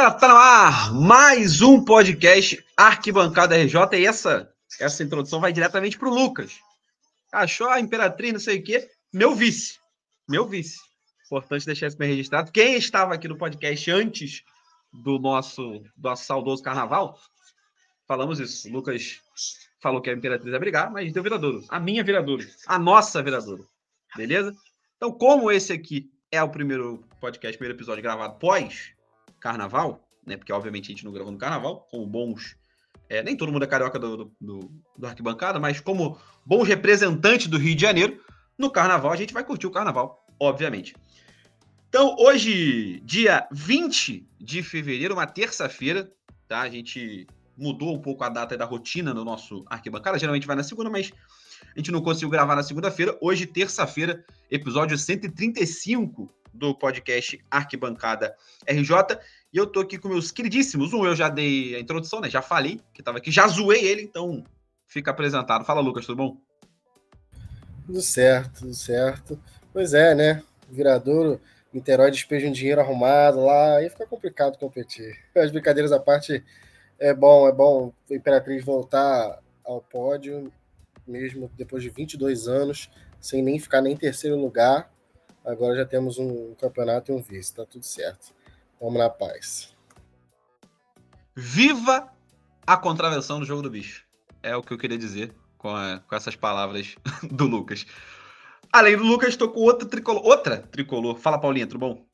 galera, tá no ar mais um podcast Arquibancada RJ e essa introdução vai diretamente pro Lucas. Achou a Imperatriz, não sei o quê, meu vice. Importante deixar isso bem registrado. Quem estava aqui no podcast antes do nosso saudoso carnaval, falamos isso. O Lucas falou que a Imperatriz ia brigar, mas deu viradouro. A minha viradouro. A nossa viradouro. Beleza? Então, como esse aqui é o primeiro podcast, primeiro episódio gravado pós-carnaval, né? Porque, obviamente, a gente não gravou no carnaval, como bons... nem todo mundo é carioca do Arquibancada, mas como bons representantes do Rio de Janeiro, no carnaval a gente vai curtir o carnaval, obviamente. Então, hoje, dia 20 de fevereiro, uma terça-feira, tá? A gente mudou um pouco a data da rotina no nosso Arquibancada, geralmente vai na segunda, mas a gente não conseguiu gravar na segunda-feira. Hoje, terça-feira, episódio 135 do podcast Arquibancada RJ. E eu tô aqui com meus queridíssimos. Eu já dei a introdução, né? Já falei que tava aqui, já zoei ele, então fica apresentado. Fala, Lucas, tudo bom? Tudo certo. Pois é, né? Viradouro, Niterói despeja um dinheiro arrumado lá, aí fica complicado competir. As brincadeiras à parte, é bom a Imperatriz voltar ao pódio, mesmo depois de 22 anos, sem nem ficar nem em terceiro lugar. Agora já temos um campeonato e um vice, tá tudo certo. Vamos na paz. Viva a contravenção do jogo do bicho. É o que eu queria dizer com essas palavras do Lucas. Além do Lucas, estou com outra tricolor. Fala, Paulinha, tudo bom?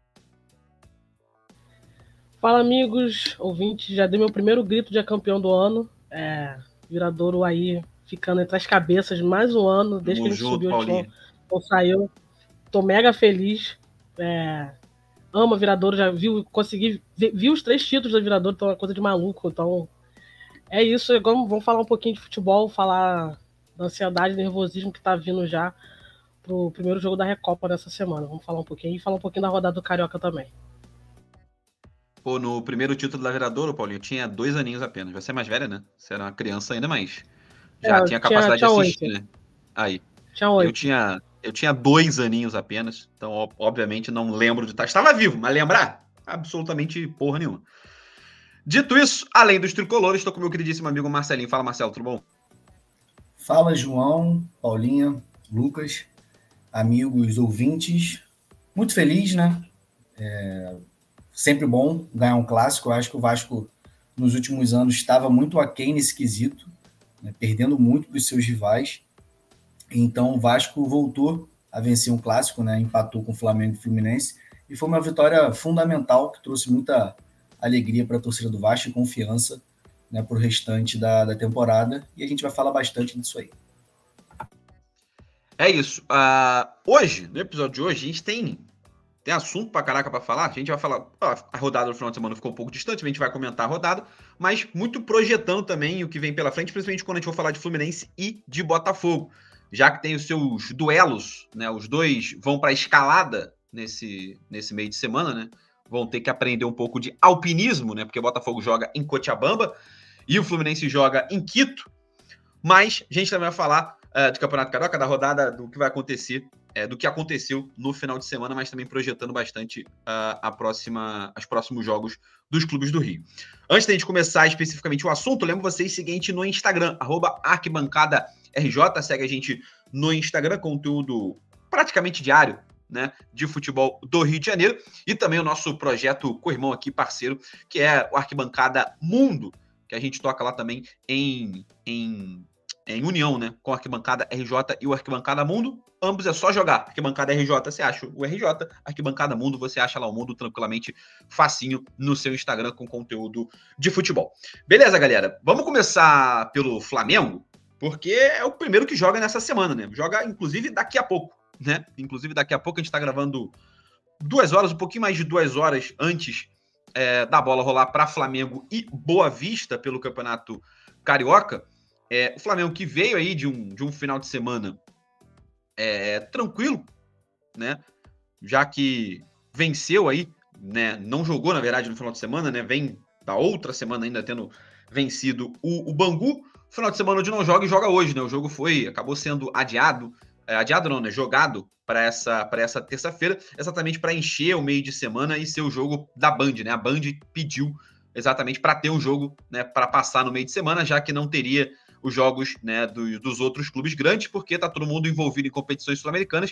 Fala, amigos, ouvintes. Já dei meu primeiro grito de campeão do ano. Viradouro aí ficando entre as cabeças mais um ano, desde que a gente subiu, ou saiu. Tô mega feliz. Amo a Viradouro, já consegui vi os 3 títulos da Viradouro, então é uma coisa de maluco. Então é isso. Agora vamos falar um pouquinho de futebol, falar da ansiedade e nervosismo que tá vindo já pro primeiro jogo da Recopa dessa semana. Vamos falar um pouquinho e falar um pouquinho da rodada do Carioca também. Pô, no primeiro título da Viradouro, Paulinho, tinha 2 aninhos apenas. Você é mais velha, né? Você era uma criança ainda, mas já tinha capacidade de assistir, 8. né? Aí. Tinha 8. Eu tinha 2 aninhos apenas, então obviamente não lembro de estar. Estava vivo, mas lembrar? Absolutamente porra nenhuma. Dito isso, além dos tricolores, estou com meu queridíssimo amigo Marcelinho. Fala, Marcelo, tudo bom? Fala, João, Paulinha, Lucas, amigos ouvintes. Muito feliz, né? Sempre bom ganhar um clássico. Eu acho que o Vasco, nos últimos anos, estava muito aquém nesse quesito, né? Perdendo muito para os seus rivais. Então, o Vasco voltou a vencer um clássico, né? Empatou com o Flamengo e Fluminense. E foi uma vitória fundamental, que trouxe muita alegria para a torcida do Vasco e confiança, né, para o restante da temporada. E a gente vai falar bastante disso aí. É isso. Hoje, no episódio de hoje, a gente tem assunto pra caraca pra falar. A gente vai falar... A rodada do final de semana ficou um pouco distante, a gente vai comentar a rodada, mas muito projetando também o que vem pela frente, principalmente quando a gente for falar de Fluminense e de Botafogo. Já que tem os seus duelos, né? Os dois vão pra escalada nesse meio de semana, né? Vão ter que aprender um pouco de alpinismo, né? Porque o Botafogo joga em Cochabamba e o Fluminense joga em Quito. Mas a gente também vai falar de Campeonato Carioca, da rodada, do que vai acontecer, do que aconteceu no final de semana, mas também projetando bastante os próximos jogos dos clubes do Rio. Antes da gente começar especificamente o assunto, lembro vocês o seguinte no Instagram, @arquibancadaRJ, segue a gente no Instagram, conteúdo praticamente diário, né, de futebol do Rio de Janeiro, e também o nosso projeto co-irmão aqui, parceiro, que é o Arquibancada Mundo, que a gente toca lá também em união, né, com a Arquibancada RJ e o Arquibancada Mundo. Ambos é só jogar. Arquibancada RJ, você acha o RJ. Arquibancada Mundo, você acha lá o Mundo tranquilamente, facinho, no seu Instagram com conteúdo de futebol. Beleza, galera? Vamos começar pelo Flamengo, porque é o primeiro que joga nessa semana, né? Joga, inclusive, daqui a pouco, né? Inclusive, daqui a pouco a gente tá gravando 2 horas, um pouquinho mais de 2 horas antes da bola rolar para Flamengo e Boa Vista pelo Campeonato Carioca. O Flamengo que veio aí de um final de semana tranquilo, né? Já que venceu aí, né? Não jogou, na verdade, no final de semana, né? Vem da outra semana ainda tendo vencido o Bangu. Final de semana onde não joga e joga hoje, né? O jogo acabou sendo adiado adiado não, né? Jogado para essa terça-feira, exatamente para encher o meio de semana e ser o jogo da Band, né? A Band pediu exatamente para ter um jogo, né, para passar no meio de semana, já que não teria os jogos, né, dos outros clubes grandes, porque tá todo mundo envolvido em competições sul-americanas.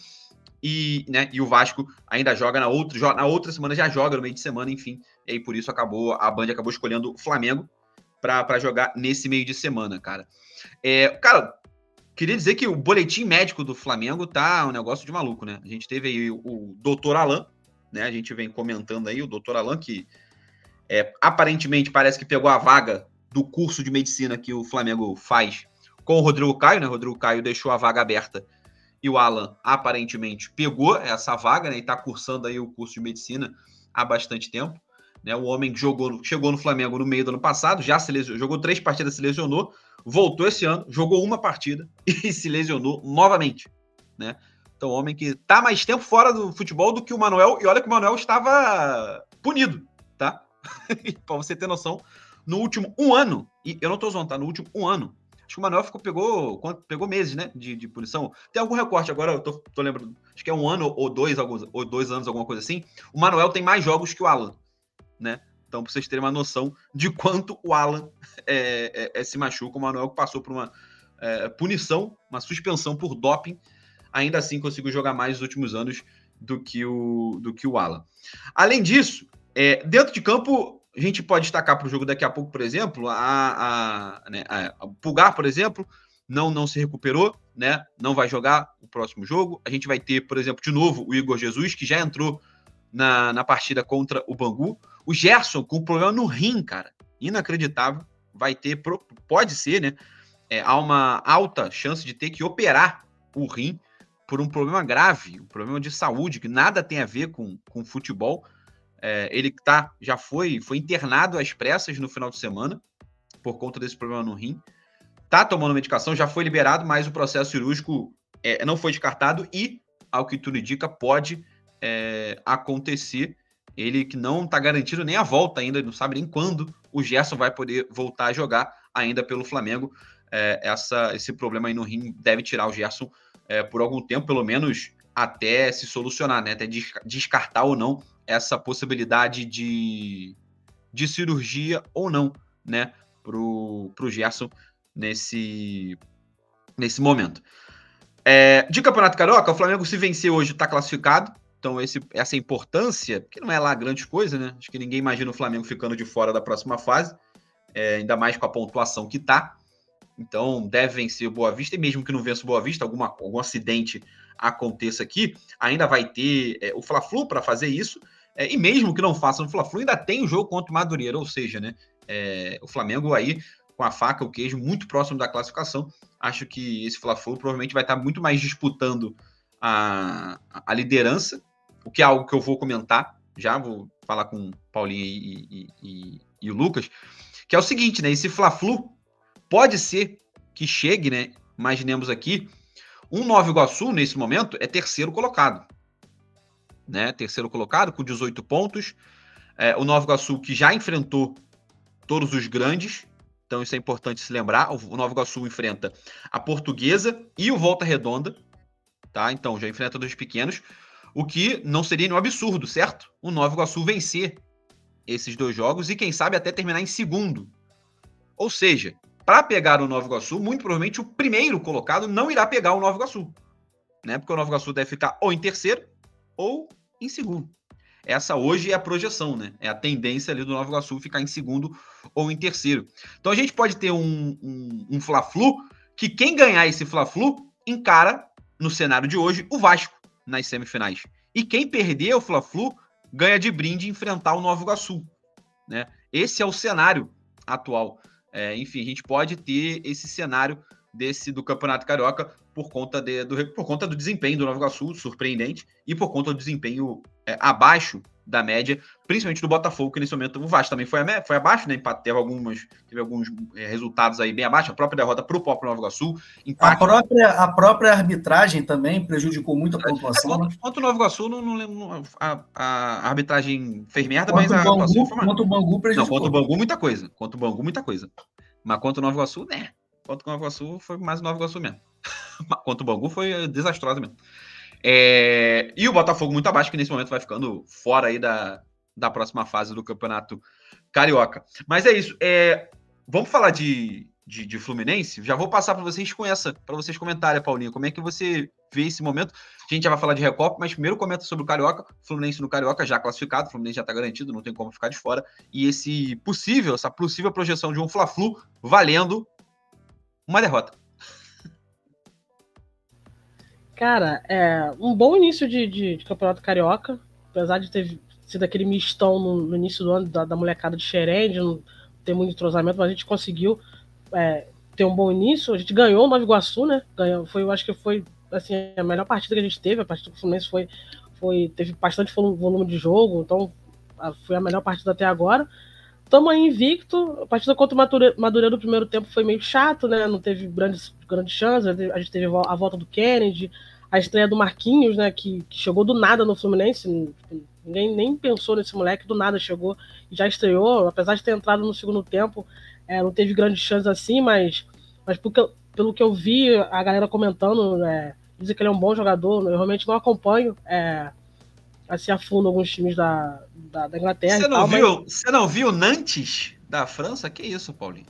E o Vasco ainda joga na outra semana, já joga no meio de semana, enfim. E aí por isso a Band acabou escolhendo o Flamengo para jogar nesse meio de semana, cara. Cara, queria dizer que o boletim médico do Flamengo tá um negócio de maluco, né? A gente teve aí o Dr. Alan, né? A gente vem comentando aí o Dr. Alan, que aparentemente parece que pegou a vaga do curso de medicina que o Flamengo faz com o Rodrigo Caio, né? O Rodrigo Caio deixou a vaga aberta e o Alan aparentemente pegou essa vaga, né? E tá cursando aí o curso de medicina há bastante tempo. Né, o homem chegou no Flamengo no meio do ano passado, já se lesionou, jogou 3 partidas, se lesionou, voltou esse ano, jogou uma partida e se lesionou novamente. Né? Então, o homem que tá mais tempo fora do futebol do que o Manuel, e olha que o Manuel estava punido, tá? Pra você ter noção, no último 1 ano, e eu não tô zoando, tá? No último 1 ano, acho que o Manuel pegou meses, né, de punição. Tem algum recorte agora, eu tô lembrando, acho que é 1 ano ou 2 anos, alguma coisa assim. O Manuel tem mais jogos que o Alan. Né? Então, para vocês terem uma noção de quanto o Alan se machuca, o Manuel passou por uma punição, uma suspensão por doping, ainda assim conseguiu jogar mais nos últimos anos do que o Alan. Além disso, dentro de campo, a gente pode destacar para o jogo daqui a pouco, por exemplo, a Pulgar, por exemplo, não se recuperou, né? Não vai jogar o próximo jogo. A gente vai ter, por exemplo, de novo, o Igor Jesus, que já entrou na partida contra o Bangu. O Gerson com problema no rim, cara. Inacreditável. Vai ter, pode ser, né? Há uma alta chance de ter que operar o rim por um problema grave, um problema de saúde, que nada tem a ver com futebol. Ele já foi internado às pressas no final de semana por conta desse problema no rim. Tá tomando medicação, já foi liberado, mas o processo cirúrgico não foi descartado e, ao que tudo indica, pode acontecer. Ele que não está garantido nem a volta ainda, não sabe nem quando o Gerson vai poder voltar a jogar ainda pelo Flamengo. Esse problema aí no rim deve tirar o Gerson por algum tempo, pelo menos até se solucionar, né? Até descartar ou não essa possibilidade de cirurgia ou não, né? Pro Gerson nesse momento. De Campeonato Carioca, o Flamengo, se vencer hoje, está classificado. Então, essa importância, que não é lá grande coisa, né? Acho que ninguém imagina o Flamengo ficando de fora da próxima fase, ainda mais com a pontuação que tá. Então, deve vencer o Boa Vista, e mesmo que não vença o Boa Vista, algum acidente aconteça aqui, ainda vai ter o Fla-Flu para fazer isso, e mesmo que não faça no Fla-Flu, ainda tem o jogo contra o Madureira, ou seja, né? O Flamengo aí, com a faca, o queijo, muito próximo da classificação. Acho que esse Fla-Flu provavelmente vai estar muito mais disputando a liderança, o que é algo que eu vou comentar, já vou falar com o Paulinho e o Lucas, que é o seguinte, né? Esse Fla-Flu pode ser que chegue, né? Imaginemos aqui, um Nova Iguaçu, nesse momento, é terceiro colocado. Né? Terceiro colocado, com 18 pontos. O Nova Iguaçu, que já enfrentou todos os grandes, então isso é importante se lembrar. O Nova Iguaçu enfrenta a Portuguesa e o Volta Redonda, tá? Então já enfrenta dois pequenos, o que não seria nenhum absurdo, certo? O Nova Iguaçu vencer esses 2 jogos e quem sabe até terminar em segundo. Ou seja, para pegar o Nova Iguaçu, muito provavelmente o primeiro colocado não irá pegar o Nova Iguaçu, né? Porque o Nova Iguaçu deve ficar ou em terceiro ou em segundo. Essa hoje é a projeção, né? É a tendência ali do Nova Iguaçu ficar em segundo ou em terceiro. Então a gente pode ter um Fla-Flu que quem ganhar esse Fla-Flu encara, no cenário de hoje, o Vasco nas semifinais. E quem perder o Fla-Flu ganha de brinde enfrentar o Nova Iguaçu, né? Esse é o cenário atual. Enfim, a gente pode ter esse cenário do Campeonato Carioca por conta do desempenho do Nova Iguaçu, surpreendente, e por conta do desempenho abaixo da média, principalmente do Botafogo, que nesse momento o Vasco também foi abaixo, né? Teve alguns resultados aí bem abaixo, a própria derrota para o próprio Nova Iguaçu. A própria arbitragem também prejudicou muito a pontuação. Quanto o Nova Iguaçu, não lembro, a arbitragem fez merda, mas a atuação foi quanto o Bangu prejudicou. Não, quanto o Bangu, muita coisa. Mas quanto o Nova Iguaçu, né? Quanto o Nova Iguaçu, foi mais o Nova Iguaçu mesmo. Contra o Bangu foi desastrosa mesmo. E o Botafogo muito abaixo, que nesse momento vai ficando fora aí da próxima fase do Campeonato Carioca. Mas é isso. Vamos falar de Fluminense? Já vou passar para vocês para vocês comentarem, Paulinho, como é que você vê esse momento. A gente já vai falar de Recopa, mas primeiro comenta sobre o Carioca. Fluminense no Carioca já classificado, o Fluminense já está garantido, não tem como ficar de fora. E essa possível projeção de um Fla-Flu valendo uma derrota. Cara, um bom início de Campeonato Carioca, apesar de ter sido aquele mistão no início do ano da molecada de Xerém, de não ter muito entrosamento, mas a gente conseguiu ter um bom início. A gente ganhou o Nova Iguaçu, né? Eu acho que foi assim, a melhor partida que a gente teve. A partida do Fluminense teve bastante volume de jogo, então foi a melhor partida até agora. Estamos aí invicto. A partida contra o Madureira do primeiro tempo foi meio chato, né? Não teve grandes chances. A gente teve a volta do Kennedy, a estreia do Marquinhos, né? Que chegou do nada no Fluminense. Ninguém nem pensou nesse moleque, do nada chegou e já estreou. Apesar de ter entrado no segundo tempo, não teve grandes chances assim, mas pelo que eu vi, a galera comentando, dizem que ele é um bom jogador. Eu realmente não acompanho assim a fundo alguns times da Inglaterra. Você não viu Nantes da França? Que isso, Paulinho?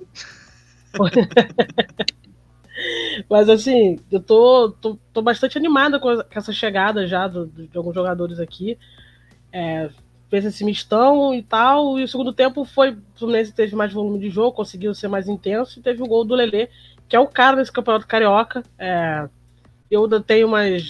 Mas assim, eu tô bastante animada com essa chegada já de alguns jogadores aqui. Fez esse mistão e tal, e o segundo tempo o Fluminense teve mais volume de jogo, conseguiu ser mais intenso, e teve o gol do Lelê, que é o cara desse Campeonato Carioca. Eu tenho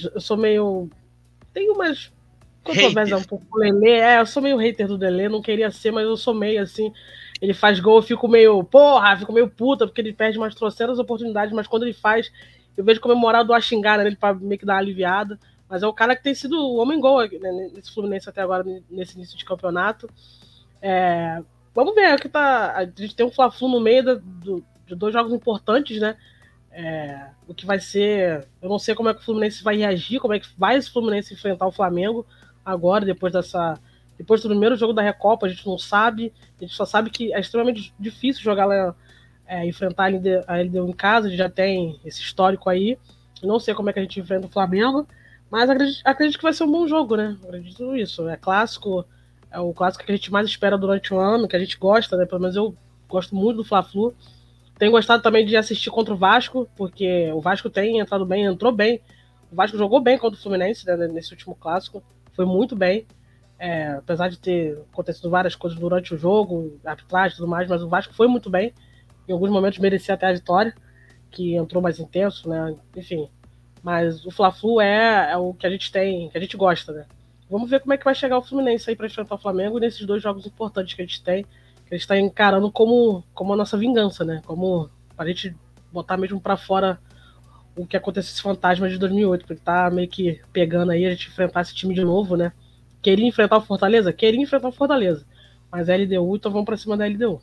umas controvérsia um pouco com o Lelê. Eu sou meio hater do Lelê, não queria ser, mas eu sou meio assim. Ele faz gol, eu fico meio puta, porque ele perde umas trocentas oportunidades, mas quando ele faz, eu vejo comemorar, eu dou a xingada nele pra meio que dar uma aliviada. Mas é o cara que tem sido o homem-gol, né, nesse Fluminense até agora, nesse início de campeonato. Vamos ver, aqui a gente tem um Fla-Flu no meio de dois jogos importantes, né? O que vai ser. Eu não sei como é que o Fluminense vai reagir, como é que vai esse Fluminense enfrentar o Flamengo agora, depois do primeiro jogo da Recopa. A gente não sabe, a gente só sabe que é extremamente difícil jogar lá, enfrentar a LDU em casa. A gente já tem esse histórico aí. Eu não sei como é que a gente enfrenta o Flamengo, mas acredito que vai ser um bom jogo, né? Acredito isso. É clássico, é o clássico que a gente mais espera durante o ano, que a gente gosta, né? Pelo menos eu gosto muito do Fla-Flu. Tenho gostado também de assistir contra o Vasco, porque o Vasco tem entrado bem, entrou bem. O Vasco jogou bem contra o Fluminense, né, nesse último clássico. Foi muito bem. Apesar de ter acontecido várias coisas durante o jogo, arbitragem e tudo mais, mas o Vasco foi muito bem. Em alguns momentos merecia até a vitória, que entrou mais intenso, né? Enfim. Mas o Fla-Flu é o que a gente tem, que a gente gosta, né? Vamos ver como é que vai chegar o Fluminense aí para enfrentar o Flamengo nesses dois jogos importantes que a gente tem, que a gente está encarando como a nossa vingança, né? Como a gente botar mesmo para fora o que aconteceu esse fantasma de 2008, porque tá meio que pegando aí a gente enfrentar esse time de novo, né? Queria enfrentar o Fortaleza? Queria enfrentar o Fortaleza. Mas é LDU, então vamos para cima da LDU.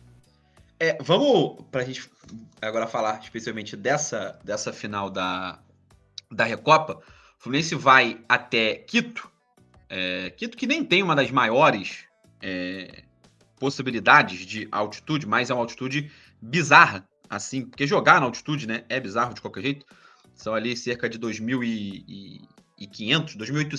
Vamos, pra gente agora falar especialmente dessa final da Recopa. O Fluminense vai até Quito. Quito que nem tem uma das maiores possibilidades de altitude, mas é uma altitude bizarra, assim, porque jogar na altitude, né, é bizarro de qualquer jeito. São ali cerca de 2.500,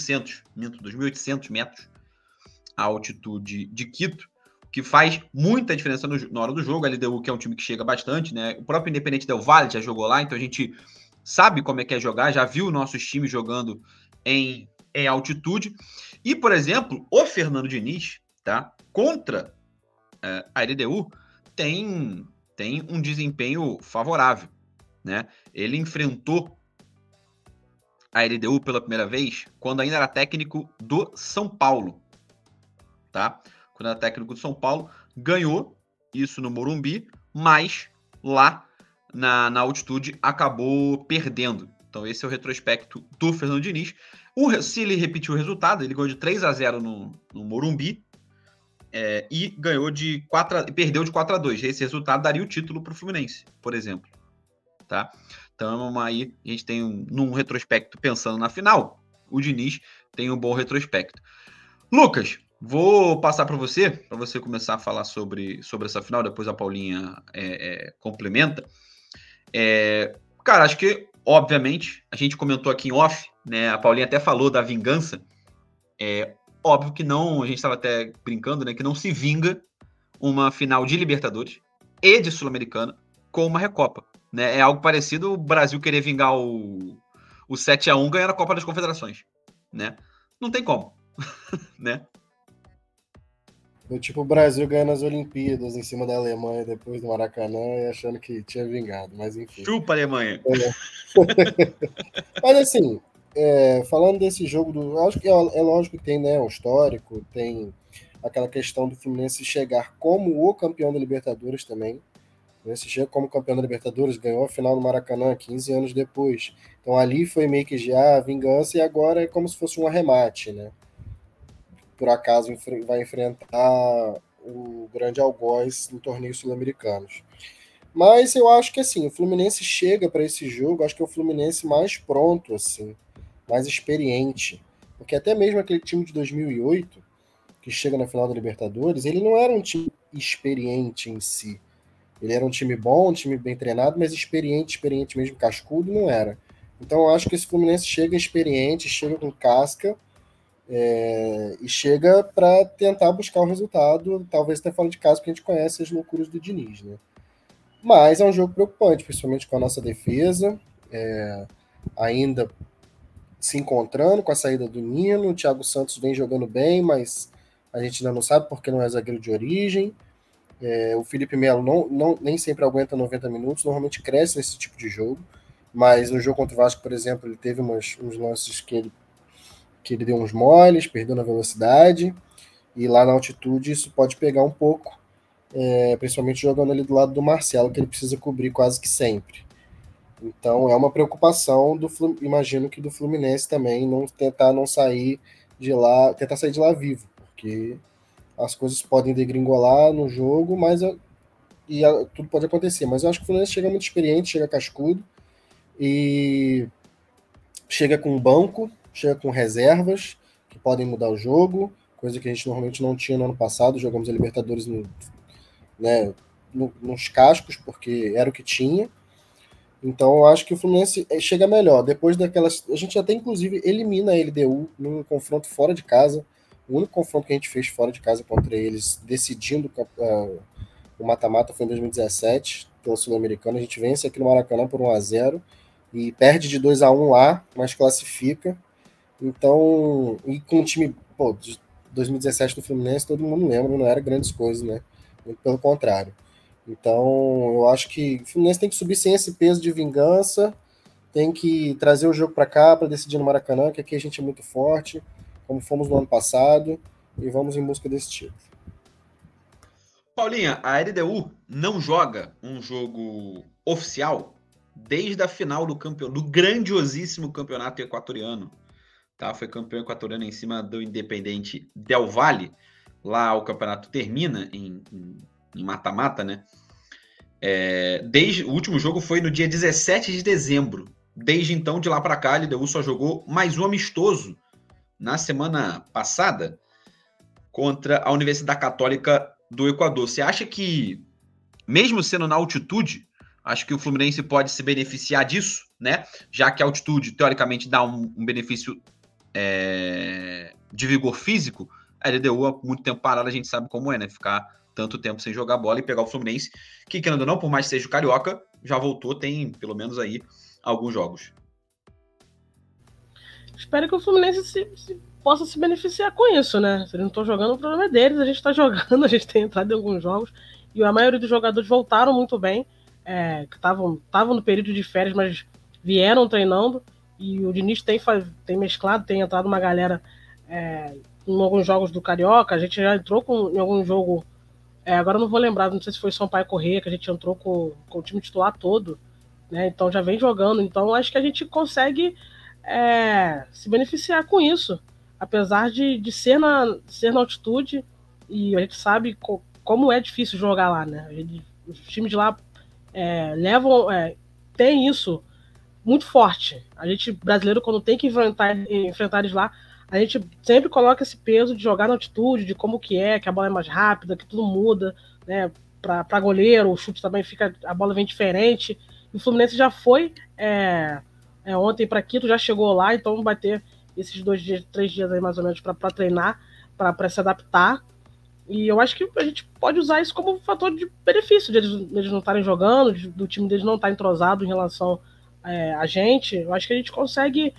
2.800 metros a altitude de Quito, que faz muita diferença na hora do jogo. A LDU, que é um time que chega bastante, né? O próprio Independente Del Valle já jogou lá, então a gente sabe como é que é jogar, já viu nossos times jogando em altitude. E, por exemplo, o Fernando Diniz, tá? Contra a LDU, tem um desempenho favorável, né? Ele enfrentou a LDU pela primeira vez quando ainda era técnico do São Paulo, tá? Quando era técnico do São Paulo, ganhou isso no Morumbi, mas lá na altitude acabou perdendo. Então esse é o retrospecto do Fernando Diniz. Se ele repetiu o resultado, ele ganhou de 3-0 no Morumbi e perdeu de 4-2. Esse resultado daria o título para o Fluminense, por exemplo. Tá? Então aí a gente tem num retrospecto pensando na final, o Diniz tem um bom retrospecto. Lucas, vou passar para você começar a falar sobre essa final, depois a Paulinha complementa. Cara, acho que obviamente, a gente comentou aqui em off, né? A Paulinha até falou da vingança. É óbvio que não, a gente estava até brincando, né? Que não se vinga uma final de Libertadores e de Sul-Americana com uma Recopa. Né? É algo parecido o Brasil querer vingar o 7-1 ganhando a Copa das Confederações. Né? Não tem como. Né? Foi tipo o Brasil ganhando as Olimpíadas em cima da Alemanha depois do Maracanã e achando que tinha vingado, mas enfim. Chupa, Alemanha! Mas assim, falando desse jogo, acho que é lógico que tem, né, um histórico, tem aquela questão do Fluminense chegar como o campeão da Libertadores também. O Fluminense chega como campeão da Libertadores, ganhou a final no Maracanã 15 anos depois. Então ali foi meio que já vingança e agora é como se fosse um arremate, né? Por acaso vai enfrentar o grande algoz no torneio sul-americanos. Mas eu acho que assim, o Fluminense chega para esse jogo, acho que é o Fluminense mais pronto, assim, mais experiente. Porque até mesmo aquele time de 2008, que chega na final da Libertadores, ele não era um time experiente em si. Ele era um time bom, um time bem treinado, mas experiente mesmo, cascudo, não era. Então eu acho que esse Fluminense chega experiente, chega com casca, e chega para tentar buscar o resultado, talvez até fora de casa, porque a gente conhece as loucuras do Diniz, né? Mas é um jogo preocupante, principalmente com a nossa defesa, ainda se encontrando com a saída do Nino. O Thiago Santos vem jogando bem, mas a gente ainda não sabe porque não é zagueiro de origem. O Felipe Melo nem sempre aguenta 90 minutos, normalmente cresce nesse tipo de jogo, mas no jogo contra o Vasco, por exemplo, ele teve uns lances que ele deu uns moles, perdeu na velocidade, e lá na altitude isso pode pegar um pouco, principalmente jogando ali do lado do Marcelo, que ele precisa cobrir quase que sempre. Então é uma preocupação imagino que do Fluminense também, tentar sair de lá vivo, porque as coisas podem degringolar no jogo, mas tudo pode acontecer. Mas eu acho que o Fluminense chega muito experiente, chega cascudo e chega com banco, chega com reservas que podem mudar o jogo, coisa que a gente normalmente não tinha no ano passado. Jogamos a Libertadores nos cascos, porque era o que tinha. Então eu acho que o Fluminense chega melhor. Depois daquelas. A gente até inclusive elimina a LDU num confronto fora de casa. O único confronto que a gente fez fora de casa contra eles, decidindo o mata-mata, foi em 2017, pela Sul-Americana. A gente vence aqui no Maracanã por 1-0 e perde de 2-1 lá, mas classifica. Então, e com o time, de 2017 do Fluminense, todo mundo lembra, não era grandes coisas, né? Muito pelo contrário. Então, eu acho que o Fluminense tem que subir sem esse peso de vingança, tem que trazer o jogo para cá para decidir no Maracanã, que aqui a gente é muito forte, como fomos no ano passado, e vamos em busca desse título. Paulinha, a LDU não joga um jogo oficial desde a final do grandiosíssimo campeonato equatoriano. Tá? Foi campeão equatoriano em cima do Independente Del Valle. Lá o campeonato termina em mata-mata, né? O último jogo foi no dia 17 de dezembro. Desde então, de lá para cá, a LDU só jogou mais um amistoso na semana passada contra a Universidade Católica do Equador. Você acha que, mesmo sendo na altitude, acho que o Fluminense pode se beneficiar disso, né? Já que a altitude, teoricamente, dá um benefício de vigor físico, a LDU há muito tempo parada, a gente sabe como é, né? Ficar tanto tempo sem jogar bola e pegar o Fluminense, que, querendo ou não, por mais que seja o Carioca, já voltou, tem pelo menos aí alguns jogos. Espero que o Fluminense possa se beneficiar com isso, né? Se eles não estão jogando, o problema é deles. A gente está jogando, a gente tem entrado em alguns jogos e a maioria dos jogadores voltaram muito bem, que estavam no período de férias, mas vieram treinando. E o Diniz tem mesclado, tem entrado uma galera em alguns jogos do Carioca. A gente já entrou em algum jogo, agora eu não vou lembrar, não sei se foi Sampaio Corrêa, que a gente entrou com o time titular todo, né? Então já vem jogando. Então acho que a gente consegue se beneficiar com isso, apesar de ser na altitude, e a gente sabe como é difícil jogar lá, né? Os times de lá tem isso muito forte. A gente, brasileiro, quando tem que enfrentar eles lá, a gente sempre coloca esse peso de jogar na altitude, de como que a bola é mais rápida, que tudo muda, né? Para goleiro, o chute também a bola vem diferente. E o Fluminense já foi ontem para Quito, já chegou lá, então vai ter esses 2 dias, 3 dias aí mais ou menos para treinar, para se adaptar. E eu acho que a gente pode usar isso como um fator de benefício, de eles não estarem jogando, do time deles não estar entrosado em relação a gente. Eu acho que a gente consegue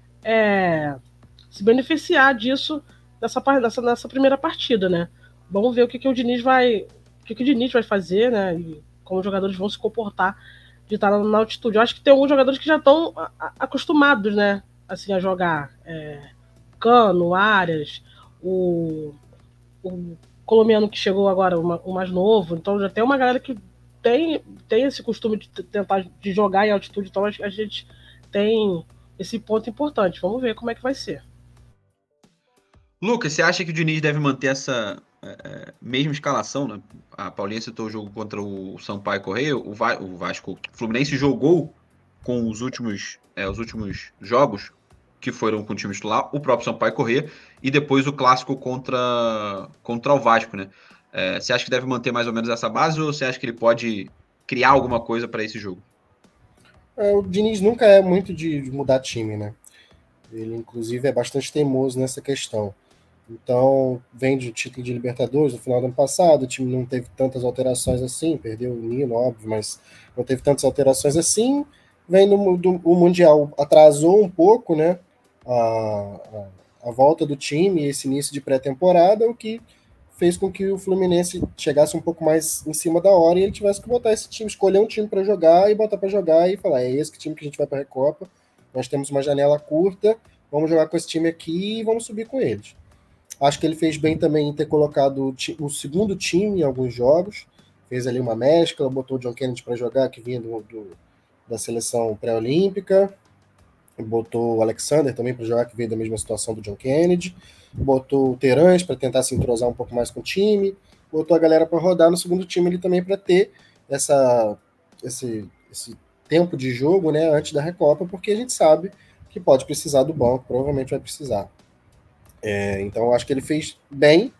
se beneficiar disso nessa primeira partida, né? Vamos ver o que o Diniz vai fazer, né? E como os jogadores vão se comportar de estar na altitude. Eu acho que tem alguns jogadores que já estão acostumados, né? Assim, a jogar Cano, Arias, o colombiano que chegou agora, o mais novo. Então já tem uma galera que tem esse costume de tentar de jogar em altitude. Então a gente tem esse ponto importante. Vamos ver como é que vai ser. Lucas, você acha que o Diniz deve manter essa mesma escalação, né? A Paulinha citou o jogo contra o Sampaio Corrêa, o Vasco, o Fluminense jogou com os últimos jogos que foram com o time titular, o próprio Sampaio Corrêa, e depois o clássico contra o Vasco, né? Você acha que deve manter mais ou menos essa base ou você acha que ele pode criar alguma coisa para esse jogo? O Diniz nunca é muito de mudar time, né? Ele, inclusive, é bastante teimoso nessa questão. Então, vem de título de Libertadores no final do ano passado, o time não teve tantas alterações assim, perdeu o Nino, óbvio, mas não teve tantas alterações assim. Vem o Mundial, atrasou um pouco, né, a volta do time, esse início de pré-temporada, o que fez com que o Fluminense chegasse um pouco mais em cima da hora e ele tivesse que botar esse time, escolher um time para jogar e botar para jogar e falar, é esse time que a gente vai para a Recopa, nós temos uma janela curta, vamos jogar com esse time aqui e vamos subir com eles. Acho que ele fez bem também em ter colocado o segundo time em alguns jogos. Fez ali uma mescla, botou o John Kennedy para jogar, que vinha da seleção pré-olímpica. Botou o Alexander também para jogar, que veio da mesma situação do John Kennedy. Botou o Terãs para tentar se entrosar um pouco mais com o time. Botou a galera para rodar no segundo time ali também para ter esse tempo de jogo, né, antes da Recopa, porque a gente sabe que pode precisar do banco, provavelmente vai precisar. Então eu acho que ele fez bem.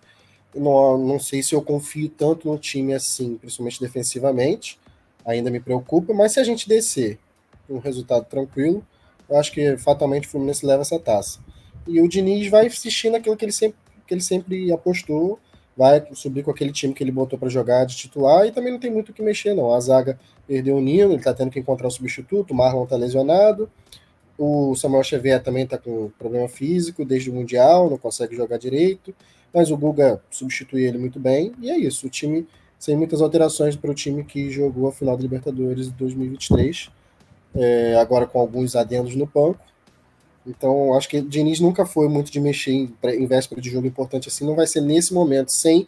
Não sei se eu confio tanto no time assim, principalmente defensivamente. Ainda me preocupa, mas se a gente descer um resultado tranquilo, eu acho que fatalmente o Fluminense leva essa taça. E o Diniz vai insistir naquilo que ele sempre apostou, vai subir com aquele time que ele botou para jogar de titular e também não tem muito o que mexer, não. A zaga perdeu o Nino, ele está tendo que encontrar o substituto, o Marlon está lesionado. O Samuel Xavier também está com problema físico desde o Mundial, não consegue jogar direito, mas o Guga substitui ele muito bem, e é isso. O time sem muitas alterações para o time que jogou a final da Libertadores de 2023, agora com alguns adendos no banco. Então, acho que o Diniz nunca foi muito de mexer em véspera de jogo importante assim, não vai ser nesse momento, sem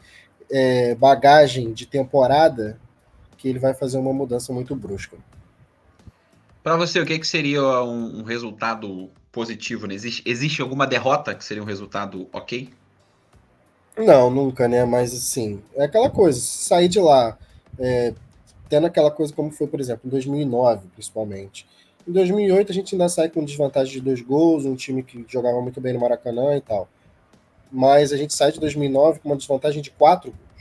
bagagem de temporada, que ele vai fazer uma mudança muito brusca. Para você, o que seria um resultado positivo? Né? Existe alguma derrota que seria um resultado ok? Não, nunca, né? Mas assim, é aquela coisa, sair de lá, tendo aquela coisa como foi, por exemplo, em 2009, principalmente. Em 2008 a gente ainda sai com desvantagem de 2 gols, um time que jogava muito bem no Maracanã e tal. Mas a gente sai de 2009 com uma desvantagem de 4 gols.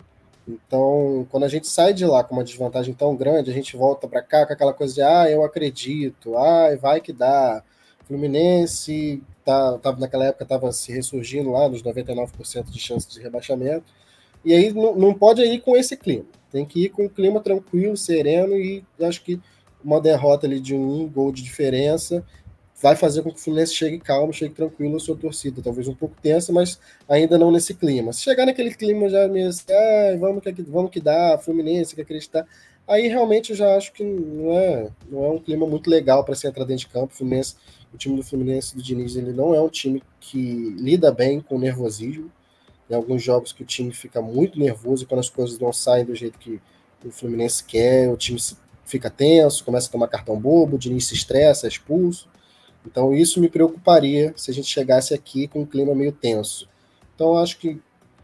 Então, quando a gente sai de lá com uma desvantagem tão grande, a gente volta para cá com aquela coisa de eu acredito, vai que dá. Fluminense naquela época estava se ressurgindo lá nos 99% de chance de rebaixamento. E aí não pode ir com esse clima. Tem que ir com um clima tranquilo, sereno, e acho que uma derrota ali de 1 gol de diferença vai fazer com que o Fluminense chegue calmo, chegue tranquilo na sua torcida. Talvez um pouco tensa, mas ainda não nesse clima. Se chegar naquele clima já meio assim, vamos que dá, Fluminense, que acreditar, aí realmente eu já acho que não é um clima muito legal para se entrar dentro de campo. O time do Fluminense, do Diniz, ele não é um time que lida bem com o nervosismo. Tem alguns jogos que o time fica muito nervoso e quando as coisas não saem do jeito que o Fluminense quer, o time fica tenso, começa a tomar cartão bobo, o Diniz se estressa, é expulso. Então isso me preocuparia se a gente chegasse aqui com um clima meio tenso. Então acho que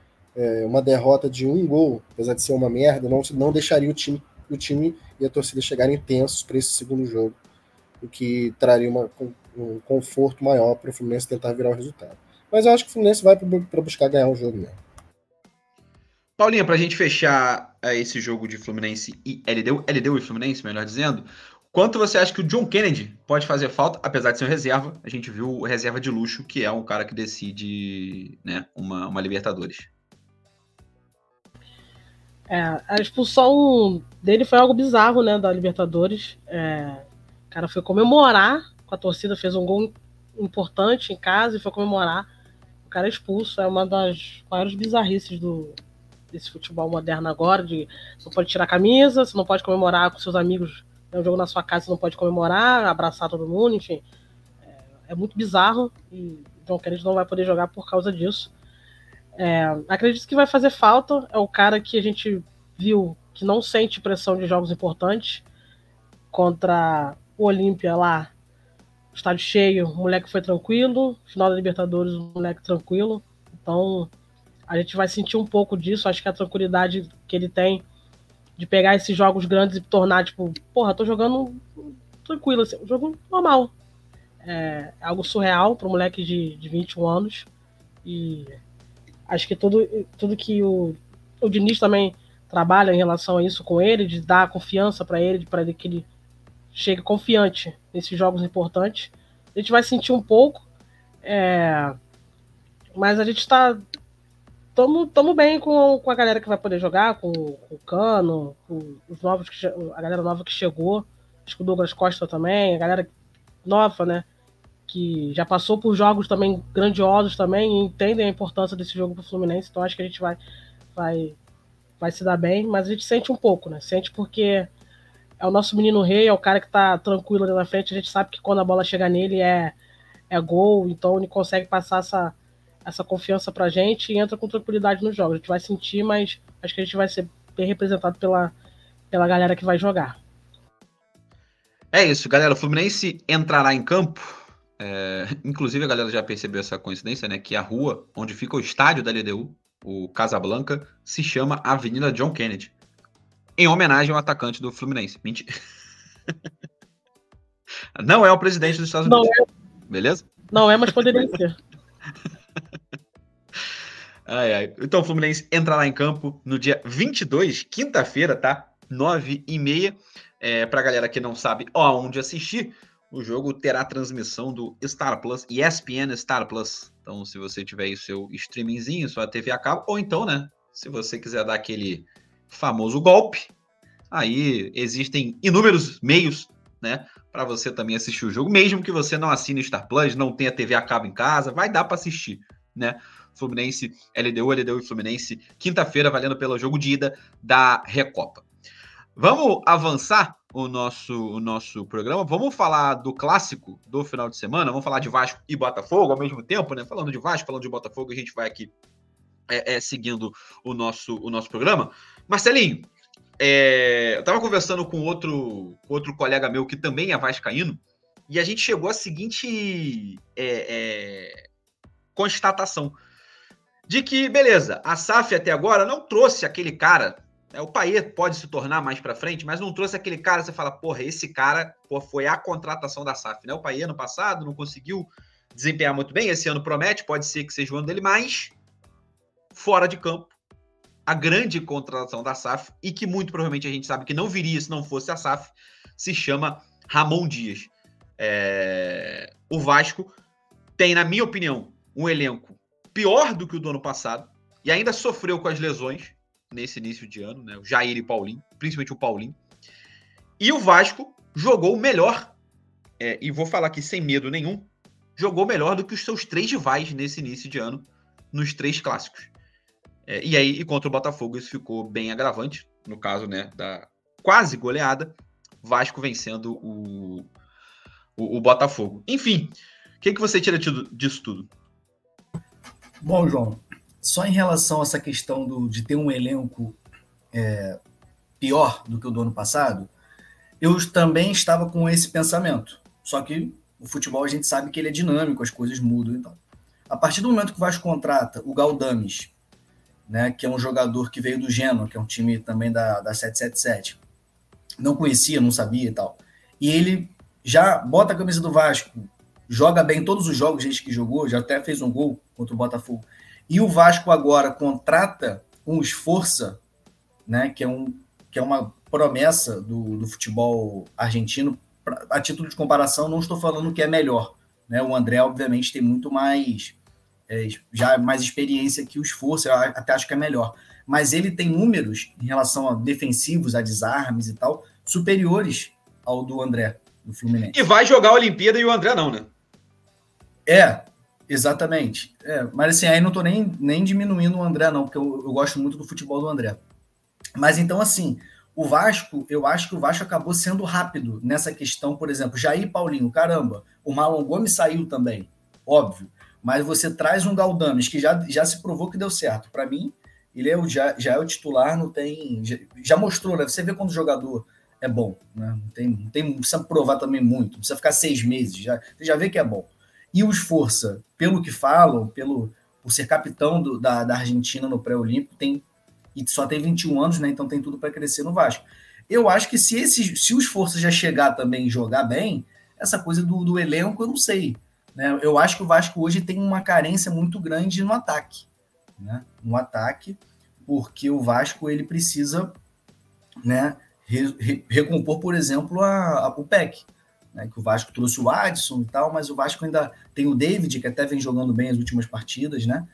uma derrota de 1 gol, apesar de ser uma merda, não deixaria o time e a torcida chegarem tensos para esse segundo jogo, o que traria um conforto maior para o Fluminense tentar virar o resultado. Mas eu acho que o Fluminense vai para buscar ganhar o jogo mesmo. Paulinha, para a gente fechar esse jogo de Fluminense e LDU e Fluminense, melhor dizendo, Quanto você acha que o John Kennedy pode fazer falta, apesar de ser um reserva? A gente viu o reserva de luxo, que é um cara que decide, né, uma Libertadores. A expulsão dele foi algo bizarro, né, da Libertadores. O cara foi comemorar com a torcida, fez um gol importante em casa e foi comemorar. O cara é expulso, é uma das maiores bizarrices desse futebol moderno agora, você não pode tirar a camisa, você não pode comemorar com seus amigos, né, um jogo na sua casa você não pode comemorar, abraçar todo mundo, enfim. É muito bizarro e o John Kennedy não vai poder jogar por causa disso. Acredito que vai fazer falta, é o cara que a gente viu que não sente pressão de jogos importantes, contra o Olímpia lá, estádio cheio, o moleque foi tranquilo, final da Libertadores, o moleque tranquilo, então a gente vai sentir um pouco disso, acho que a tranquilidade que ele tem de pegar esses jogos grandes e tornar, tipo, porra, tô jogando tranquilo, assim, um jogo normal, é algo surreal para um moleque de 21 anos, e acho que tudo que o Diniz também trabalha em relação a isso com ele, de dar confiança para ele que ele chegue confiante nesses jogos importantes. A gente vai sentir um pouco, mas a gente estamos bem com a galera que vai poder jogar, com o Cano, com os novos, a galera nova que chegou, acho que o Douglas Costa também, a galera nova, né, que já passou por jogos também grandiosos também e entendem a importância desse jogo pro Fluminense, então acho que a gente vai se dar bem, mas a gente sente um pouco, né? Sente porque é o nosso menino rei, é o cara que tá tranquilo ali na frente, a gente sabe que quando a bola chega nele é gol, então ele consegue passar essa confiança pra gente e entra com tranquilidade nos jogos. A gente vai sentir, mas acho que a gente vai ser bem representado pela galera que vai jogar. É isso, galera. O Fluminense entrará em campo. Inclusive a galera já percebeu essa coincidência, né? Que a rua onde fica o estádio da LDU, o Casablanca, se chama Avenida John Kennedy, em homenagem ao atacante do Fluminense. Mentira. Não é o presidente dos Estados Unidos. Beleza? Não é, mas poderia ser. Então o Fluminense entrará em campo no dia 22, quinta-feira, tá? 9h30. Pra galera que não sabe onde assistir, o jogo terá transmissão do Star Plus, ESPN Star Plus. Então, se você tiver aí o seu streamingzinho, sua TV a cabo, ou então, né, se você quiser dar aquele famoso golpe, aí existem inúmeros meios, né, para você também assistir o jogo, mesmo que você não assine o Star Plus, não tenha TV a cabo em casa, vai dar para assistir, né? Fluminense, LDU e Fluminense, quinta-feira, valendo pelo jogo de ida da Recopa. Vamos avançar o nosso programa. Vamos falar do clássico do final de semana. Vamos falar de Vasco e Botafogo ao mesmo tempo, né? Falando de Vasco, falando de Botafogo, a gente vai aqui seguindo o nosso programa. Marcelinho, eu tava conversando com outro colega meu que também é vascaíno e a gente chegou à seguinte constatação de que, beleza, a SAF até agora não trouxe aquele cara. O Payet pode se tornar mais para frente, mas não trouxe aquele cara, você fala, porra, esse cara foi a contratação da SAF, né? O Payet ano passado não conseguiu desempenhar muito bem, esse ano promete, pode ser que seja o ano dele, mas fora de campo, a grande contratação da SAF, e que muito provavelmente a gente sabe que não viria se não fosse a SAF, se chama Ramon Dias. O Vasco tem, na minha opinião, um elenco pior do que o do ano passado, e ainda sofreu com as lesões nesse início de ano, né? O Jair e o Paulinho, principalmente o Paulinho. E o Vasco jogou melhor, e vou falar aqui sem medo nenhum, jogou melhor do que os seus 3 rivais nesse início de ano, nos 3 clássicos. E contra o Botafogo isso ficou bem agravante, no caso, né, da quase goleada, Vasco vencendo o Botafogo. Enfim, o que você tira disso tudo? Bom, João, só em relação a essa questão de ter um elenco pior do que o do ano passado, eu também estava com esse pensamento. Só que o futebol a gente sabe que ele é dinâmico, as coisas mudam. Então, a partir do momento que o Vasco contrata o Galdames, né, que é um jogador que veio do Genoa, que é um time também da 777, não conhecia, não sabia e tal, e ele já bota a camisa do Vasco, joga bem todos os jogos, gente que jogou, já até fez um gol contra o Botafogo. E o Vasco agora contrata um Esforça, né, que é uma promessa do futebol argentino, a título de comparação, não estou falando que é melhor, né? O André, obviamente, tem muito mais, já mais experiência que o Esforço, eu até acho que é melhor. Mas ele tem números em relação a defensivos, a desarmes e tal, superiores ao do André, do Fluminense. E vai jogar a Olimpíada e o André não, né? Exatamente. Mas assim, aí não tô nem diminuindo o André, não, porque eu gosto muito do futebol do André. Mas então, assim, o Vasco, eu acho que o Vasco acabou sendo rápido nessa questão, por exemplo, Jair Paulinho, caramba, o Marlon Gomes saiu também, óbvio, mas você traz um Galdames que já se provou que deu certo. Para mim, ele já é o titular, não tem. Já mostrou, né? Você vê quando o jogador é bom, né? Não precisa provar também muito, não precisa ficar 6 meses, você já vê que é bom. E o Esforça, pelo que falam, por ser capitão da Argentina no pré-olímpico, e só tem 21 anos, né? Então tem tudo para crescer no Vasco. Eu acho que se o Esforça já chegar também e jogar bem, essa coisa do elenco, eu não sei. Né? Eu acho que o Vasco hoje tem uma carência muito grande no ataque. Né? No ataque, porque o Vasco ele precisa, né, recompor, por exemplo, o PEC. Né, que o Vasco trouxe o Adson e tal, mas o Vasco ainda tem o David, que até vem jogando bem as últimas partidas, né?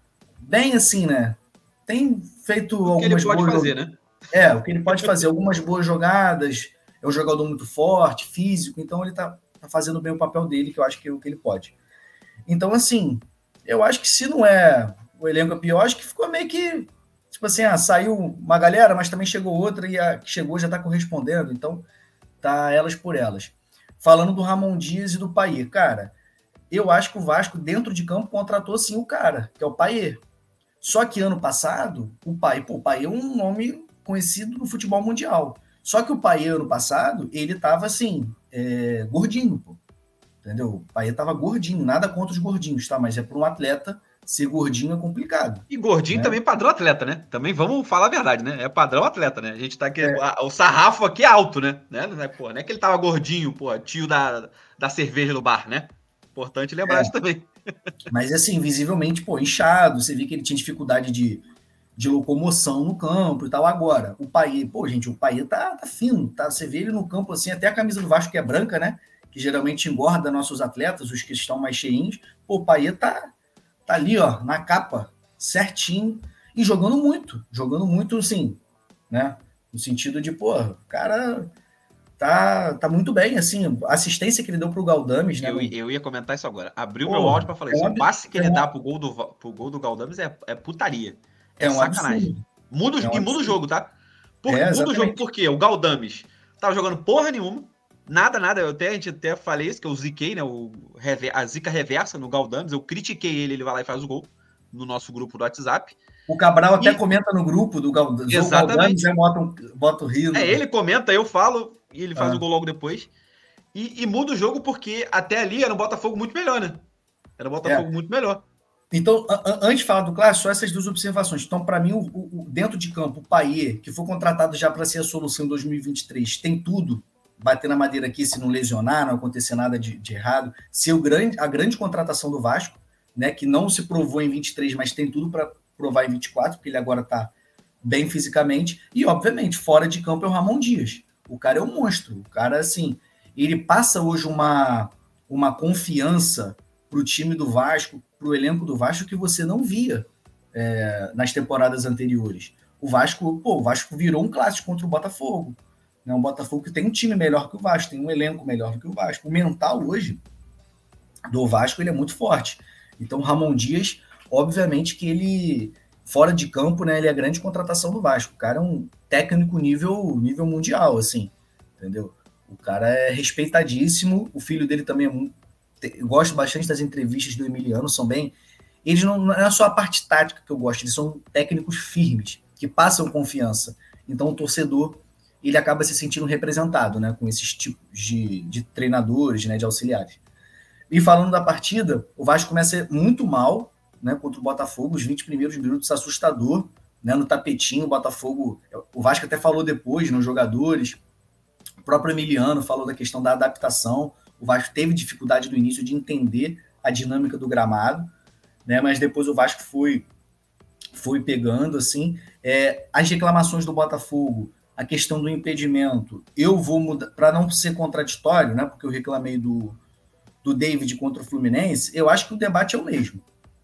Bem assim, né? Tem feito algumas boas... fazer, né? O que ele pode fazer, algumas boas jogadas, é um jogador muito forte, físico, então ele tá fazendo bem o papel dele, que eu acho que é o que ele pode. Então, assim, eu acho que se não é o elenco pior, acho que ficou meio que, tipo assim, saiu uma galera, mas também chegou outra, e a que chegou já tá correspondendo, então tá elas por elas. Falando do Ramon Dias e do Payet, cara, eu acho que o Vasco, dentro de campo, contratou sim o cara, que é o Payet. Só que ano passado, o Payet é um nome conhecido no futebol mundial. Só que o Payet, ano passado, ele tava assim, gordinho, pô. Entendeu? O Payet tava gordinho, nada contra os gordinhos, tá? Mas para um atleta, ser gordinho é complicado. E gordinho, né? Também padrão atleta, né? Também vamos falar a verdade, né? É padrão atleta, né? A gente tá aqui, o sarrafo aqui é alto, né? Pô, não é que ele tava gordinho, pô, tio da cerveja do bar, né? Importante lembrar isso também. Mas assim, visivelmente, pô, inchado, você vê que ele tinha dificuldade de locomoção no campo e tal. Agora, o Payet, o Payet tá fino, tá? Você vê ele no campo assim, até a camisa do Vasco que é branca, né? Que geralmente engorda nossos atletas, os que estão mais cheinhos. Pô, o Payet tá ali, ó, na capa, certinho, e jogando muito, assim, né? No sentido de, pô, o cara tá muito bem, assim, a assistência que ele deu pro Galdames, né? Eu ia comentar isso agora. Abriu meu áudio pra falar isso. O passe que ele dá pro gol do Galdames é putaria. É um sacanagem. Muda o jogo, tá? Muda o jogo porque o Galdames tava jogando porra nenhuma. Nada. A gente até falei isso, que eu ziquei, né? A zica reversa no Galdames. Eu critiquei ele vai lá e faz o gol no nosso grupo do WhatsApp. O Cabral até comenta no grupo do Galdames. Exatamente. Bota o rio. Ele comenta, eu falo, e ele faz o gol logo depois. E muda o jogo porque até ali era um Botafogo muito melhor, né? Era um Botafogo muito melhor. Então, antes de falar do clássico, só essas duas observações. Então, para mim, dentro de campo, o Payet, que foi contratado já para ser a solução em 2023, tem tudo, bater na madeira aqui, se não lesionar, não acontecer nada de errado, ser a grande contratação do Vasco, né, que não se provou em 23, mas tem tudo para provar em 24, porque ele agora está bem fisicamente. E, obviamente, fora de campo é o Ramon Dias. O cara é um monstro. O cara, assim, ele passa hoje uma confiança para o time do Vasco, para o elenco do Vasco, que você não via nas temporadas anteriores. O Vasco virou um clássico contra o Botafogo. Né? Um Botafogo que tem um time melhor que o Vasco, tem um elenco melhor que o Vasco. O mental hoje do Vasco ele é muito forte. Então o Ramon Dias, obviamente que ele, fora de campo, né, ele é a grande contratação do Vasco. O cara é um técnico nível mundial, assim, entendeu? O cara é respeitadíssimo, o filho dele também eu gosto bastante das entrevistas do Emiliano, são bem... Eles não é só a parte tática que eu gosto, eles são técnicos firmes, que passam confiança. Então o torcedor, ele acaba se sentindo representado, né, com esses tipos de treinadores, né, de auxiliares. E falando da partida, o Vasco começa muito mal, né, contra o Botafogo, os 20 primeiros minutos assustador, né, no tapetinho, o Vasco até falou depois, nos jogadores, o próprio Emiliano falou da questão da adaptação. O Vasco teve dificuldade no início de entender a dinâmica do gramado, né? Mas depois o Vasco foi pegando, assim. As reclamações do Botafogo a questão do impedimento, eu vou mudar, para não ser contraditório, né, porque eu reclamei do David contra o Fluminense, eu acho que o debate é o mesmo.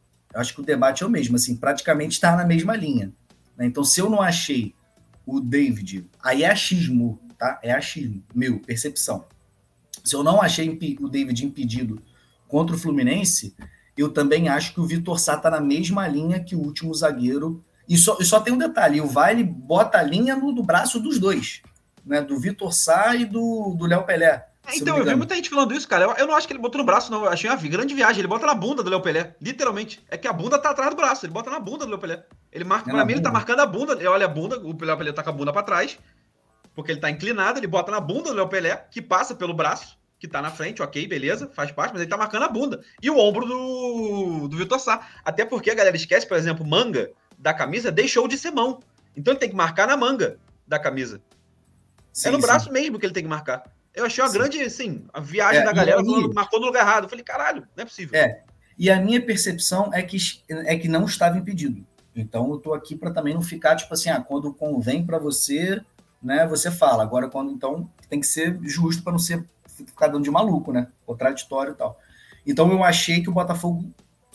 Assim, praticamente está na mesma linha. Né? Então, se eu não achei o David, aí é achismo, tá? É achismo, meu, percepção. Se eu não achei o David impedido contra o Fluminense, eu também acho que o Vitor Sá está na mesma linha que o último zagueiro. E só tem um detalhe, o VAR ele bota a linha no braço dos dois, né? Do Vitor Sá e do Léo Pelé. Então, eu vi muita gente falando isso, cara. Eu não acho que ele botou no braço, não. Eu achei uma grande viagem. Ele bota na bunda do Léo Pelé, literalmente. É que a bunda tá atrás do braço. Ele bota na bunda do Léo Pelé. Ele marca, pra mim, ele tá marcando a bunda. Ele olha a bunda, o Léo Pelé tá com a bunda pra trás, porque ele tá inclinado. Ele bota na bunda do Léo Pelé, que passa pelo braço, que tá na frente, ok, beleza, faz parte, mas ele tá marcando a bunda. E o ombro do Vitor Sá. Até porque a galera esquece, por exemplo, manga da camisa deixou de ser mão. Então ele tem que marcar na manga da camisa. Sim, é no braço mesmo que ele tem que marcar. Eu achei uma grande, assim, a viagem da galera falando que marcou no lugar errado. Eu falei, caralho, não é possível. E a minha percepção é que não estava impedido. Então eu tô aqui para também não ficar, tipo assim, quando convém para você, né, você fala. Agora, quando então, tem que ser justo para não ficar dando de maluco, né? Contraditório e tal. Então eu achei que o Botafogo,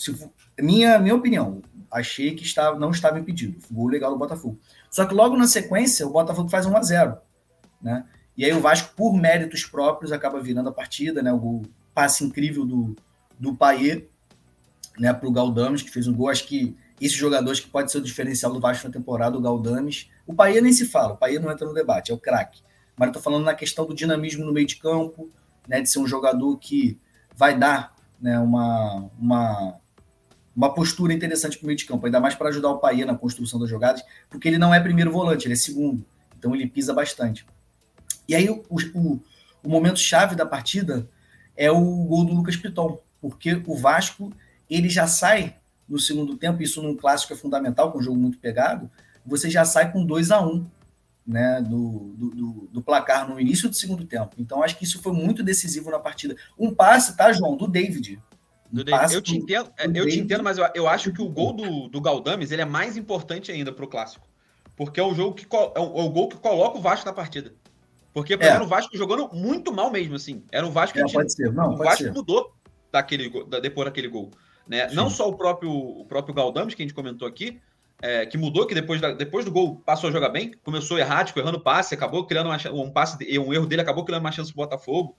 minha opinião, achei que não estava impedido. Gol legal do Botafogo. Só que logo na sequência, o Botafogo faz 1-0, né? E aí o Vasco, por méritos próprios, acaba virando a partida, né? O passe incrível do Payet, né, para o Galdames, que fez um gol. Acho que esse jogador que pode ser o diferencial do Vasco na temporada, o Galdames. O Payet nem se fala, o Payet não entra no debate, é o craque. Mas eu tô falando na questão do dinamismo no meio de campo, né, de ser um jogador que vai dar, né, uma postura interessante para o meio de campo, ainda mais para ajudar o Payet na construção das jogadas, porque ele não é primeiro volante, ele é segundo, então ele pisa bastante. E aí o momento chave da partida é o gol do Lucas Piton, porque o Vasco ele já sai no segundo tempo, isso num clássico é fundamental, com um jogo muito pegado, você já sai com 2-1, né, do placar no início do segundo tempo. Então acho que isso foi muito decisivo na partida. Um passe, tá, João, do David. Eu te entendo, mas eu acho que o gol do Galdames ele é mais importante ainda pro clássico, porque é o gol que coloca o Vasco na partida. Porque pra mim era o Vasco jogando muito mal mesmo, assim. Era o Vasco que o Vasco mudou depois daquele gol. Né? Não só o próprio Galdames, que a gente comentou aqui, que mudou, que depois do gol passou a jogar bem, começou errático, errando passe, acabou criando um erro dele, acabou criando uma chance pro Botafogo.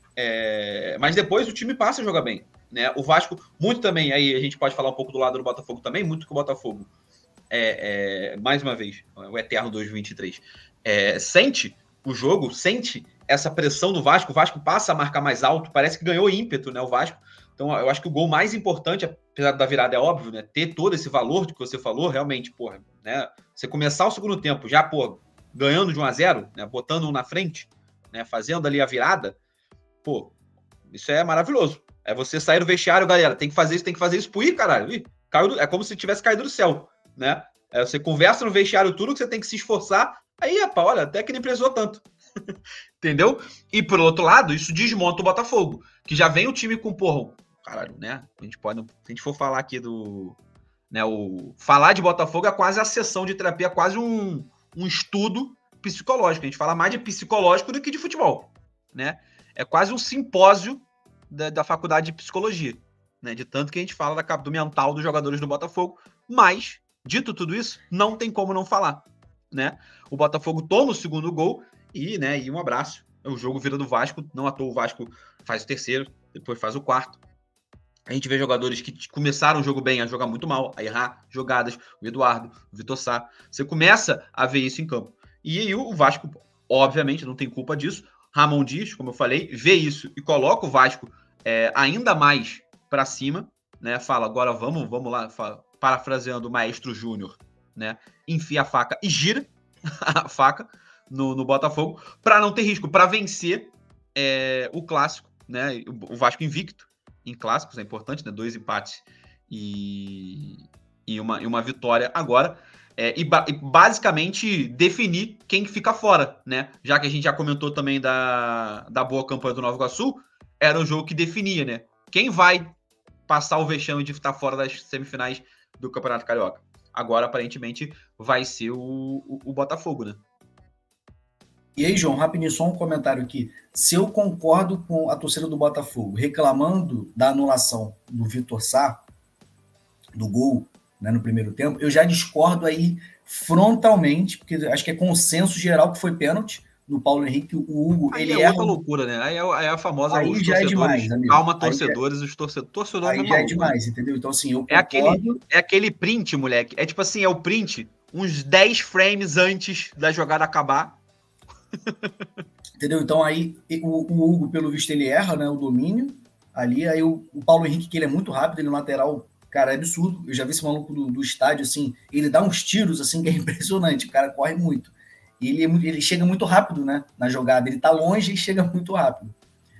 Mas depois o time passa a jogar bem. Né? O Vasco, muito também, aí a gente pode falar um pouco do lado do Botafogo também, muito que o Botafogo, mais uma vez, o eterno 2023, sente o jogo, sente essa pressão do Vasco, o Vasco passa a marcar mais alto, parece que ganhou ímpeto, né, o Vasco. Então, eu acho que o gol mais importante, apesar da virada, é óbvio, né, ter todo esse valor do que você falou, realmente, porra, né, você começar o segundo tempo já, pô, ganhando de 1-0, né, botando um na frente, né, fazendo ali a virada, pô, isso é maravilhoso. É você sair do vestiário, galera, tem que fazer isso, Ih, caralho, é como se tivesse caído do céu, né, você conversa no vestiário tudo que você tem que se esforçar. Aí, rapaz, olha, até que nem precisou tanto. Entendeu? E, por outro lado, isso desmonta o Botafogo, que já vem o time com, porra, caralho, né? Se a gente for falar aqui né, falar de Botafogo é quase a sessão de terapia, é quase um estudo psicológico. A gente fala mais de psicológico do que de futebol, né? É quase um simpósio da faculdade de psicologia, né? De tanto que a gente fala do mental dos jogadores do Botafogo. Mas, dito tudo isso, não tem como não falar. Né? O Botafogo toma o segundo gol e um abraço. O jogo vira do Vasco, não à toa o Vasco faz o terceiro, depois faz o quarto. A gente vê jogadores que começaram o jogo bem a jogar muito mal, a errar jogadas, o Eduardo, o Vitor Sá. Você começa a ver isso em campo. E aí o Vasco, obviamente, não tem culpa disso. Ramon Dias, como eu falei, vê isso e coloca o Vasco ainda mais para cima, né? Fala, agora vamos lá, parafraseando o Maestro Júnior, né? Enfia a faca e gira a faca no Botafogo para não ter risco, para vencer o clássico, né? O Vasco invicto em clássicos, é importante, né? 2 empates e uma vitória agora, e basicamente definir quem fica fora, né? Já que a gente já comentou também da boa campanha do Nova Iguaçu, era o jogo que definia, né? Quem vai passar o vexame de estar fora das semifinais do Campeonato Carioca. Agora, aparentemente, vai ser o Botafogo, né? E aí, João, rapidinho, só um comentário aqui. Se eu concordo com a torcida do Botafogo reclamando da anulação do Vitor Sá, do gol, né, no primeiro tempo, eu já discordo aí frontalmente, porque acho que é consenso geral que foi pênalti no Paulo Henrique. O Hugo, aí ele é erra. outra loucura, né? Aí é a famosa, Aí os já é torcedores, demais, amigo. calma torcedores, os torcedores aí é já é maluco, demais, né? entendeu? Então, assim, eu É concordo. aquele print, moleque. É tipo assim, é o print uns 10 frames antes da jogada acabar. Entendeu? Então aí o Hugo, pelo visto, ele erra, né? O domínio ali. Aí o Paulo Henrique, que ele é muito rápido, ele no lateral, cara, é absurdo. Eu já vi esse maluco do estádio, assim, ele dá uns tiros, assim, que é impressionante. O cara corre muito. E ele chega muito rápido, né? Na jogada. Ele tá longe e chega muito rápido.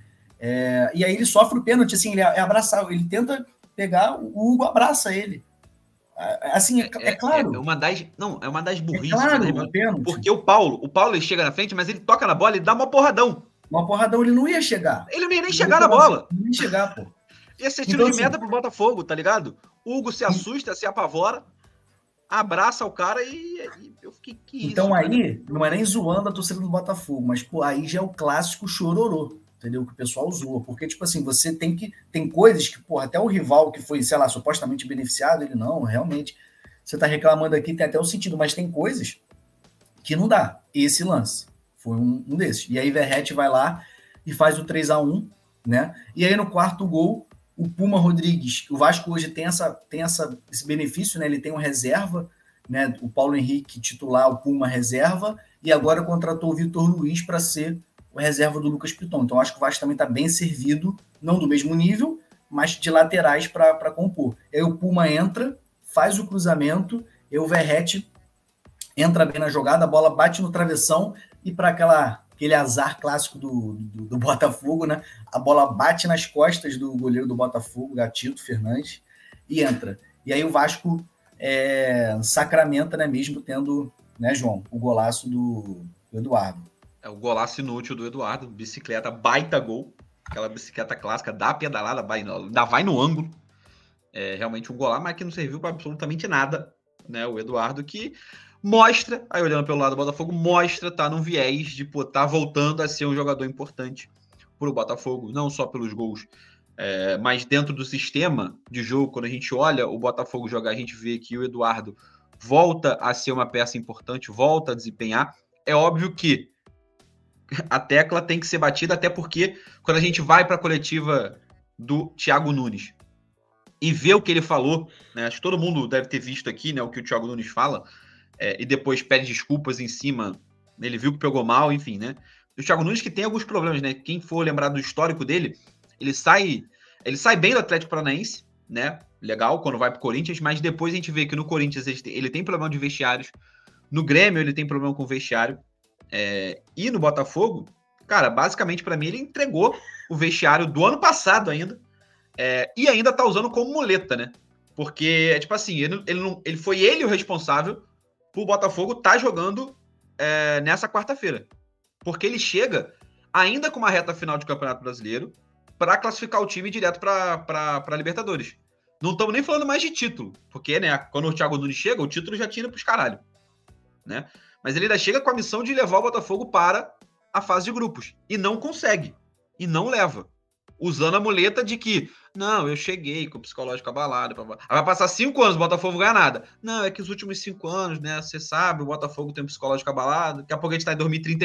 E aí ele sofre o pênalti, assim, ele é abraçar, ele tenta pegar, o Hugo abraça ele. Assim, é claro. É uma das. Não, é uma das burrices. Claro, o pênalti. Porque o Paulo ele chega na frente, mas ele toca na bola e dá uma porradão. Uma porradão, ele não ia chegar. Ele não ia nem chegar na bola. Não ia chegar, pô. Ia ser tiro de merda pro Botafogo, tá ligado? O Hugo se assusta, se apavora, abraça o cara e eu fiquei, que então isso, aí, cara? Não é nem zoando a torcida do Botafogo, mas pô, aí já é o clássico chororô, entendeu? Que o pessoal zoa. Porque, tipo assim, você tem que. Tem coisas que, porra, até o rival que foi, sei lá, supostamente beneficiado, ele não, realmente. Você tá reclamando aqui, tem até o sentido, mas tem coisas que não dá. Esse lance foi um desses. E aí, Verratti vai lá e faz o 3-1, né? E aí, no quarto gol, o Puma Rodrigues, o Vasco hoje tem esse benefício, né? Ele tem um reserva, né? O Paulo Henrique titular, o Puma reserva, e agora contratou o Vitor Luiz para ser o reserva do Lucas Piton. Então, acho que o Vasco também está bem servido, não do mesmo nível, mas de laterais para compor. Aí o Puma entra, faz o cruzamento, e o Verratti entra bem na jogada, a bola bate no travessão, e para aquele azar clássico do Botafogo, né? A bola bate nas costas do goleiro do Botafogo, Gatito Fernandes, e entra. E aí o Vasco sacramenta, né? Mesmo tendo, né, João, o golaço do Eduardo. É o golaço inútil do Eduardo, bicicleta, baita gol, aquela bicicleta clássica, dá a pedalada, vai no ângulo. É realmente um golaço, mas que não serviu para absolutamente nada, né? O Eduardo que mostra, aí olhando pelo lado do Botafogo, mostra, tá num viés de, pô, tá voltando a ser um jogador importante pro Botafogo, não só pelos gols, mas dentro do sistema de jogo, quando a gente olha o Botafogo jogar, a gente vê que o Eduardo volta a ser uma peça importante, volta a desempenhar. É óbvio que a tecla tem que ser batida, até porque quando a gente vai para a coletiva do Thiago Nunes e vê o que ele falou, né, acho que todo mundo deve ter visto aqui, né, o que o Thiago Nunes fala, e depois pede desculpas em cima, ele viu que pegou mal, enfim, né? O Thiago Nunes que tem alguns problemas, né? Quem for lembrar do histórico dele, ele sai bem do Atlético Paranaense, né? Legal, quando vai pro Corinthians, mas depois a gente vê que no Corinthians ele tem problema de vestiários, no Grêmio ele tem problema com vestiário, e no Botafogo, cara, basicamente para mim ele entregou o vestiário do ano passado ainda, e ainda tá usando como muleta, né? Porque, tipo assim, ele foi ele o responsável pro Botafogo tá jogando nessa quarta-feira. Porque ele chega ainda com uma reta final de Campeonato Brasileiro para classificar o time direto para Libertadores. Não estamos nem falando mais de título, porque, né, quando o Thiago Nunes chega, o título já tinha ido pros caralho, né? Mas ele ainda chega com a missão de levar o Botafogo para a fase de grupos. E não consegue. E não leva. Usando a muleta de que, não, eu cheguei com o psicológico abalado. Vai passar 5 anos, o Botafogo não ganha nada. Não, é que os últimos 5 anos, né, você sabe, o Botafogo tem um psicológico abalado. Daqui a pouco a gente tá em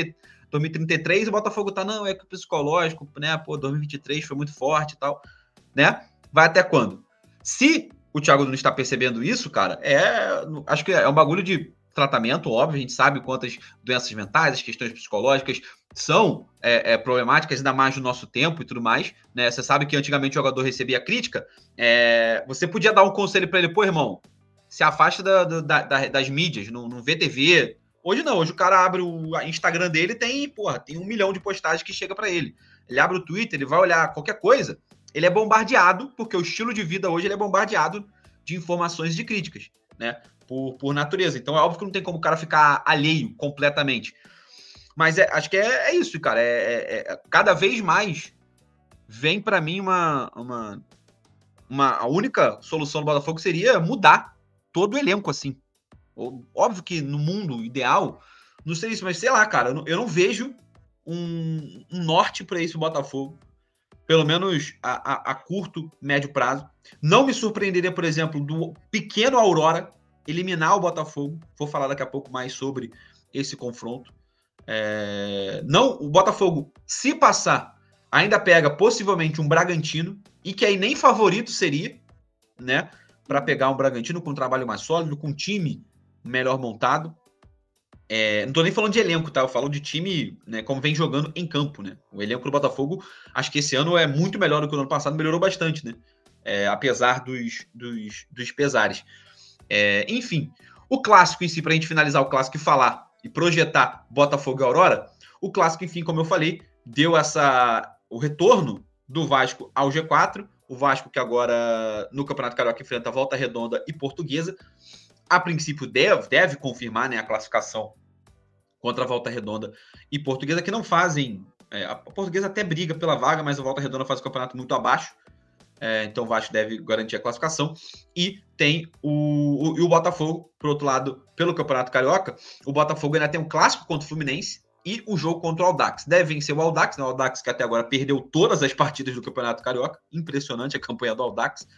2033 e o Botafogo tá, não, é que o psicológico, né, pô, 2023 foi muito forte e tal, né? Vai até quando? Se o Thiago não está percebendo isso, cara, acho que é um bagulho de tratamento, óbvio, a gente sabe quantas doenças mentais, as questões psicológicas são problemáticas, ainda mais no nosso tempo e tudo mais, né? Você sabe que antigamente o jogador recebia crítica, você podia dar um conselho para ele, pô, irmão, se afasta das mídias, não vê TV. Hoje não, hoje o cara abre o Instagram dele tem 1 milhão de postagens que chega para ele. Ele abre o Twitter, ele vai olhar qualquer coisa, ele é bombardeado, porque o estilo de vida hoje ele é bombardeado de informações e de críticas, né? Por natureza. Então é óbvio que não tem como o cara ficar alheio completamente. Mas acho que é isso, cara. Cada vez mais vem para mim a única solução do Botafogo seria mudar todo o elenco, assim. Óbvio que no mundo ideal Não sei isso, mas sei lá, cara, eu não vejo um norte para esse Botafogo, pelo menos a curto, médio prazo. Não me surpreenderia, por exemplo, do pequeno Aurora eliminar o Botafogo. Vou falar daqui a pouco mais sobre esse confronto. Não, o Botafogo, se passar, ainda pega possivelmente um Bragantino, e que aí nem favorito seria, né? Para pegar um Bragantino com um trabalho mais sólido, com um time melhor montado. Não tô nem falando de elenco, tá? Eu falo de time, né, como vem jogando em campo, né? O elenco do Botafogo, acho que esse ano é muito melhor do que o ano passado, melhorou bastante, né? Apesar dos pesares. Enfim, o clássico em si, pra gente finalizar o clássico e falar e projetar Botafogo e Aurora, o clássico, enfim, como eu falei, deu o retorno do Vasco ao G4, o Vasco que agora no Campeonato Carioca enfrenta Volta Redonda e Portuguesa. A princípio deve confirmar, né, a classificação contra a Volta Redonda e Portuguesa, que não fazem... a Portuguesa até briga pela vaga, mas a Volta Redonda faz o campeonato muito abaixo. Então o Vasco deve garantir a classificação. E tem o Botafogo, por outro lado, pelo Campeonato Carioca. O Botafogo ainda tem um clássico contra o Fluminense e o jogo contra o Audax. Deve vencer o Audax, né? O Audax que até agora perdeu todas as partidas do Campeonato Carioca. Impressionante a campanha do Audax.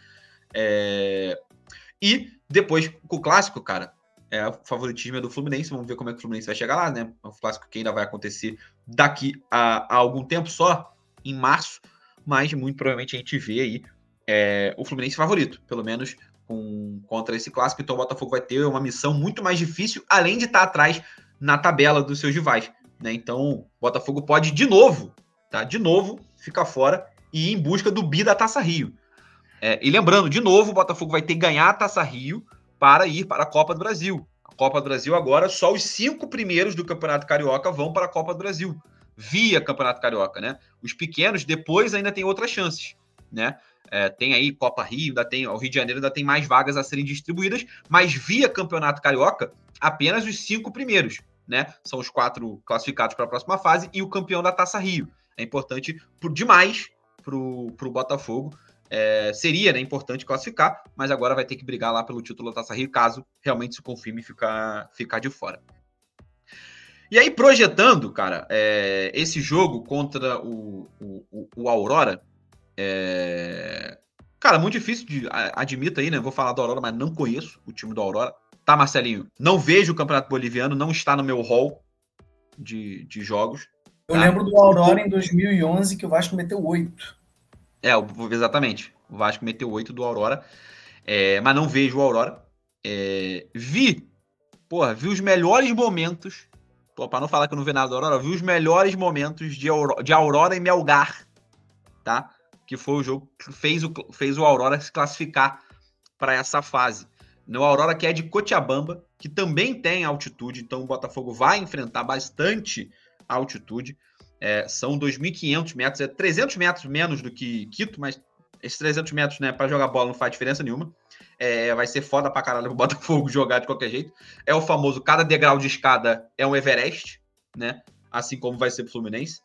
E depois, com o clássico, cara, o favoritismo é do Fluminense. Vamos ver como é que o Fluminense vai chegar lá, né? É um clássico que ainda vai acontecer daqui a algum tempo, só em março. Mas muito provavelmente a gente vê aí o Fluminense favorito, pelo menos contra esse clássico. Então o Botafogo vai ter uma missão muito mais difícil, além de estar atrás na tabela dos seus rivais, né? Então o Botafogo pode de novo ficar fora e ir em busca do bi da Taça Rio. E lembrando, de novo, o Botafogo vai ter que ganhar a Taça Rio para ir para a Copa do Brasil. A Copa do Brasil agora, só os 5 primeiros do Campeonato Carioca vão para a Copa do Brasil, via Campeonato Carioca, né? Os pequenos depois ainda tem outras chances, né? Tem aí Copa Rio, o Rio de Janeiro ainda tem mais vagas a serem distribuídas, mas via Campeonato Carioca, apenas os 5 primeiros, né? São os 4 classificados para a próxima fase e o campeão da Taça Rio. É importante demais para o Botafogo. Seria, né, importante classificar, mas agora vai ter que brigar lá pelo título da Taça Rio, caso realmente se confirme ficar de fora. E aí, projetando, cara, esse jogo contra o Aurora, cara, muito difícil admito aí, né? Vou falar do Aurora, mas não conheço o time do Aurora. Tá, Marcelinho? Não vejo o Campeonato Boliviano, não está no meu hall de jogos. Eu lembro do Aurora em 2011, que o Vasco meteu 8. Exatamente. O Vasco meteu 8 do Aurora, mas não vejo o Aurora. Vi os melhores momentos, para não falar que eu não vi nada do Aurora, vi os melhores momentos de Aurora e Melgar, tá? Que foi o jogo que fez o Aurora se classificar para essa fase. No Aurora, que é de Cochabamba, que também tem altitude, então o Botafogo vai enfrentar bastante altitude. São 2.500 metros, 300 metros menos do que Quito, mas esses 300 metros, né, para jogar bola não faz diferença nenhuma. Vai ser foda pra caralho o Botafogo jogar de qualquer jeito. É o famoso, cada degrau de escada é um Everest, né? Assim como vai ser pro Fluminense.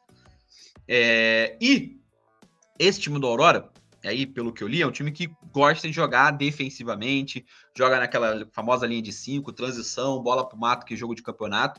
E esse time do Aurora, aí, pelo que eu li, é um time que gosta de jogar defensivamente, joga naquela famosa linha de 5, transição, bola pro mato, que é jogo de campeonato.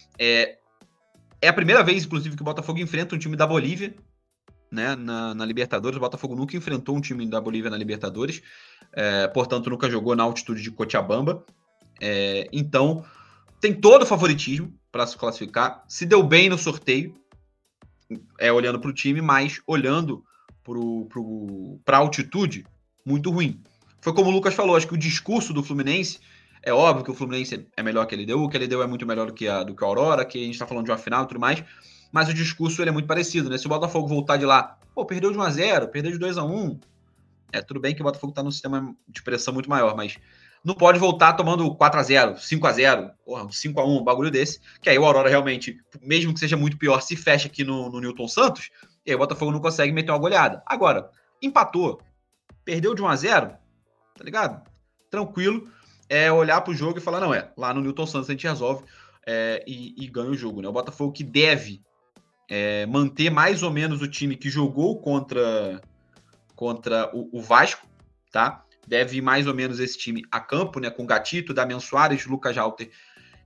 É a primeira vez, inclusive, que o Botafogo enfrenta um time da Bolívia, né, na Libertadores. O Botafogo nunca enfrentou um time da Bolívia na Libertadores, portanto, nunca jogou na altitude de Cochabamba. Então, tem todo o favoritismo para se classificar. Se deu bem no sorteio, olhando para o time, mas olhando para a altitude, muito ruim. Foi como o Lucas falou, acho que o discurso do Fluminense, é óbvio que o Fluminense é melhor que a LDU, que a LDU é muito melhor do que a Aurora, que a gente está falando de uma final e tudo mais, mas o discurso ele é muito parecido, né? Se o Botafogo voltar de lá, perdeu de 1-0, perdeu de 2-1, tudo bem que o Botafogo está num sistema de pressão muito maior, mas não pode voltar tomando 4-0, 5-0, 5-1, um bagulho desse, que aí o Aurora realmente, mesmo que seja muito pior, se fecha aqui no Newton Santos, e aí o Botafogo não consegue meter uma goleada. Agora, empatou, perdeu de 1-0, tá ligado? Tranquilo, olhar pro jogo e falar, não, lá no Newton Santos a gente resolve e ganha o jogo, né? O Botafogo que deve manter mais ou menos o time que jogou contra o Vasco, tá? Deve ir mais ou menos esse time a campo, né? Com Gatito, Damian Soares, Lucas Jalter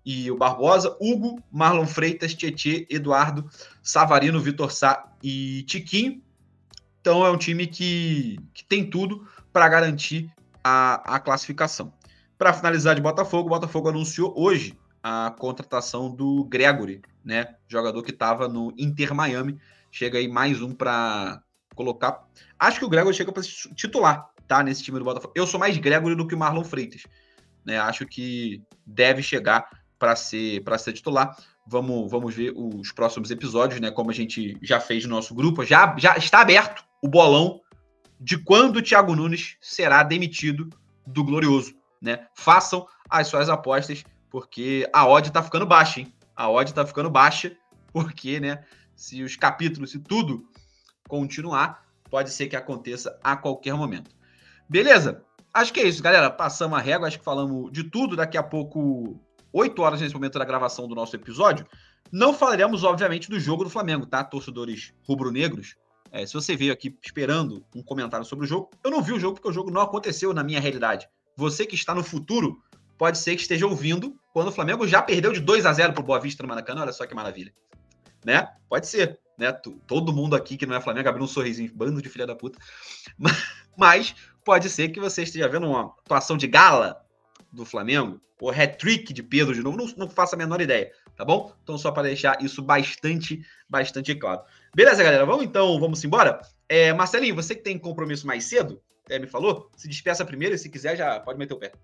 e o Barbosa, Hugo, Marlon Freitas, Tietê, Eduardo, Savarino, Vitor Sá e Tiquinho. Então é um time que tem tudo para garantir a classificação. Para finalizar de Botafogo, o Botafogo anunciou hoje a contratação do Gregory, né? Jogador que estava no Inter Miami. Chega aí mais um para colocar. Acho que o Gregory chega para titular, tá? Nesse time do Botafogo. Eu sou mais Gregory do que o Marlon Freitas, né? Acho que deve chegar para ser titular. Vamos ver os próximos episódios, né? Como a gente já fez no nosso grupo. Já está aberto o bolão de quando o Thiago Nunes será demitido do Glorioso, né? Façam as suas apostas, porque a odd tá ficando baixa, hein? A odd tá ficando baixa, porque, né? Se os capítulos, se tudo continuar, pode ser que aconteça a qualquer momento. Beleza? Acho que é isso, galera. Passamos a régua, acho que falamos de tudo. Daqui a pouco, 8 horas nesse momento da gravação do nosso episódio, não falaremos, obviamente, do jogo do Flamengo, tá? Torcedores rubro-negros. Se você veio aqui esperando um comentário sobre o jogo, eu não vi o jogo porque o jogo não aconteceu na minha realidade. Você que está no futuro, pode ser que esteja ouvindo quando o Flamengo já perdeu de 2-0 pro Boa Vista no Maracanã. Olha só que maravilha. Né? Pode ser, né? Todo mundo aqui que não é Flamengo abriu um sorrisinho, bando de filha da puta. Mas pode ser que você esteja vendo uma atuação de gala do Flamengo, ou hat-trick de Pedro de novo, não faço a menor ideia, tá bom? Então só para deixar isso bastante claro. Beleza, galera? Vamos embora? Marcelinho, você que tem compromisso mais cedo, me falou, se despeça primeiro e se quiser já pode meter o pé.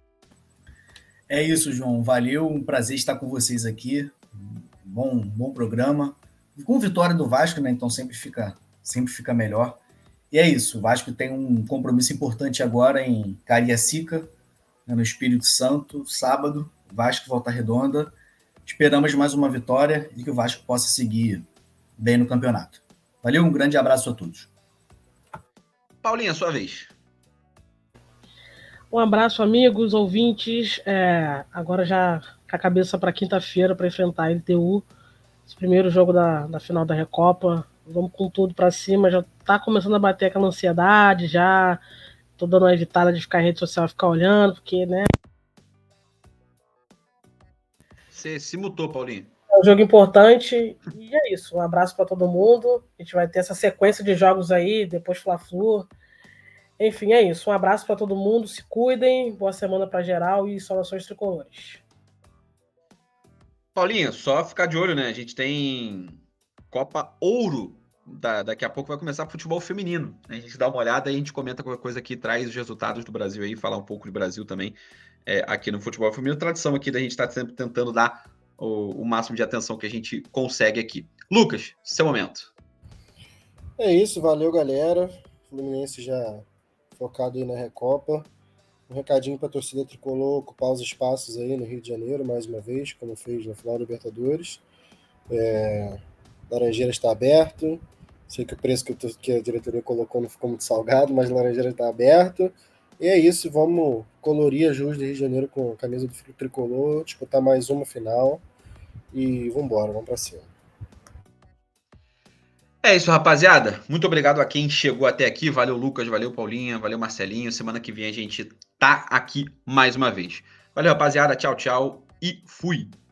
É isso, João. Valeu, um prazer estar com vocês aqui. Bom programa. Com vitória do Vasco, né? Então sempre fica melhor. E é isso, o Vasco tem um compromisso importante agora em Cariacica, no Espírito Santo, sábado, Vasco Volta Redonda. Esperamos mais uma vitória e que o Vasco possa seguir bem no campeonato. Valeu, um grande abraço a todos. Paulinha, sua vez. Um abraço, amigos, ouvintes. Agora já com a cabeça para quinta-feira para enfrentar a LTU. Esse primeiro jogo da final da Recopa. Vamos com tudo para cima. Já tá começando a bater aquela ansiedade, já tô dando uma evitada de ficar em rede social, ficar olhando, porque, né? Você se mutou, Paulinho. É um jogo importante e é isso. Um abraço para todo mundo. A gente vai ter essa sequência de jogos aí, depois Fla-Flu. Enfim, é isso. Um abraço para todo mundo. Se cuidem. Boa semana para geral e saudações tricolores. Paulinho, só ficar de olho, né? A gente tem Copa Ouro. Daqui a pouco vai começar futebol feminino. A gente dá uma olhada e a gente comenta qualquer coisa que traz os resultados do Brasil aí, falar um pouco do Brasil também aqui no futebol feminino. Tradição aqui da gente estar sempre tentando dar o máximo de atenção que a gente consegue aqui. Lucas, seu momento. É isso, valeu, galera. O Fluminense já focado aí na Recopa. Um recadinho para a torcida tricolor ocupar os espaços aí no Rio de Janeiro, mais uma vez, como fez na final da Libertadores. Laranjeira está aberto. Sei que o preço que a diretoria colocou não ficou muito salgado, mas Laranjeira está aberto. E é isso, vamos colorir as ruas do Rio de Janeiro com a camisa do tricolor, disputar mais uma final e vamos para cima. É isso, rapaziada. Muito obrigado a quem chegou até aqui. Valeu, Lucas, valeu, Paulinha, valeu, Marcelinho. Semana que vem a gente tá aqui mais uma vez. Valeu, rapaziada. Tchau, tchau e fui.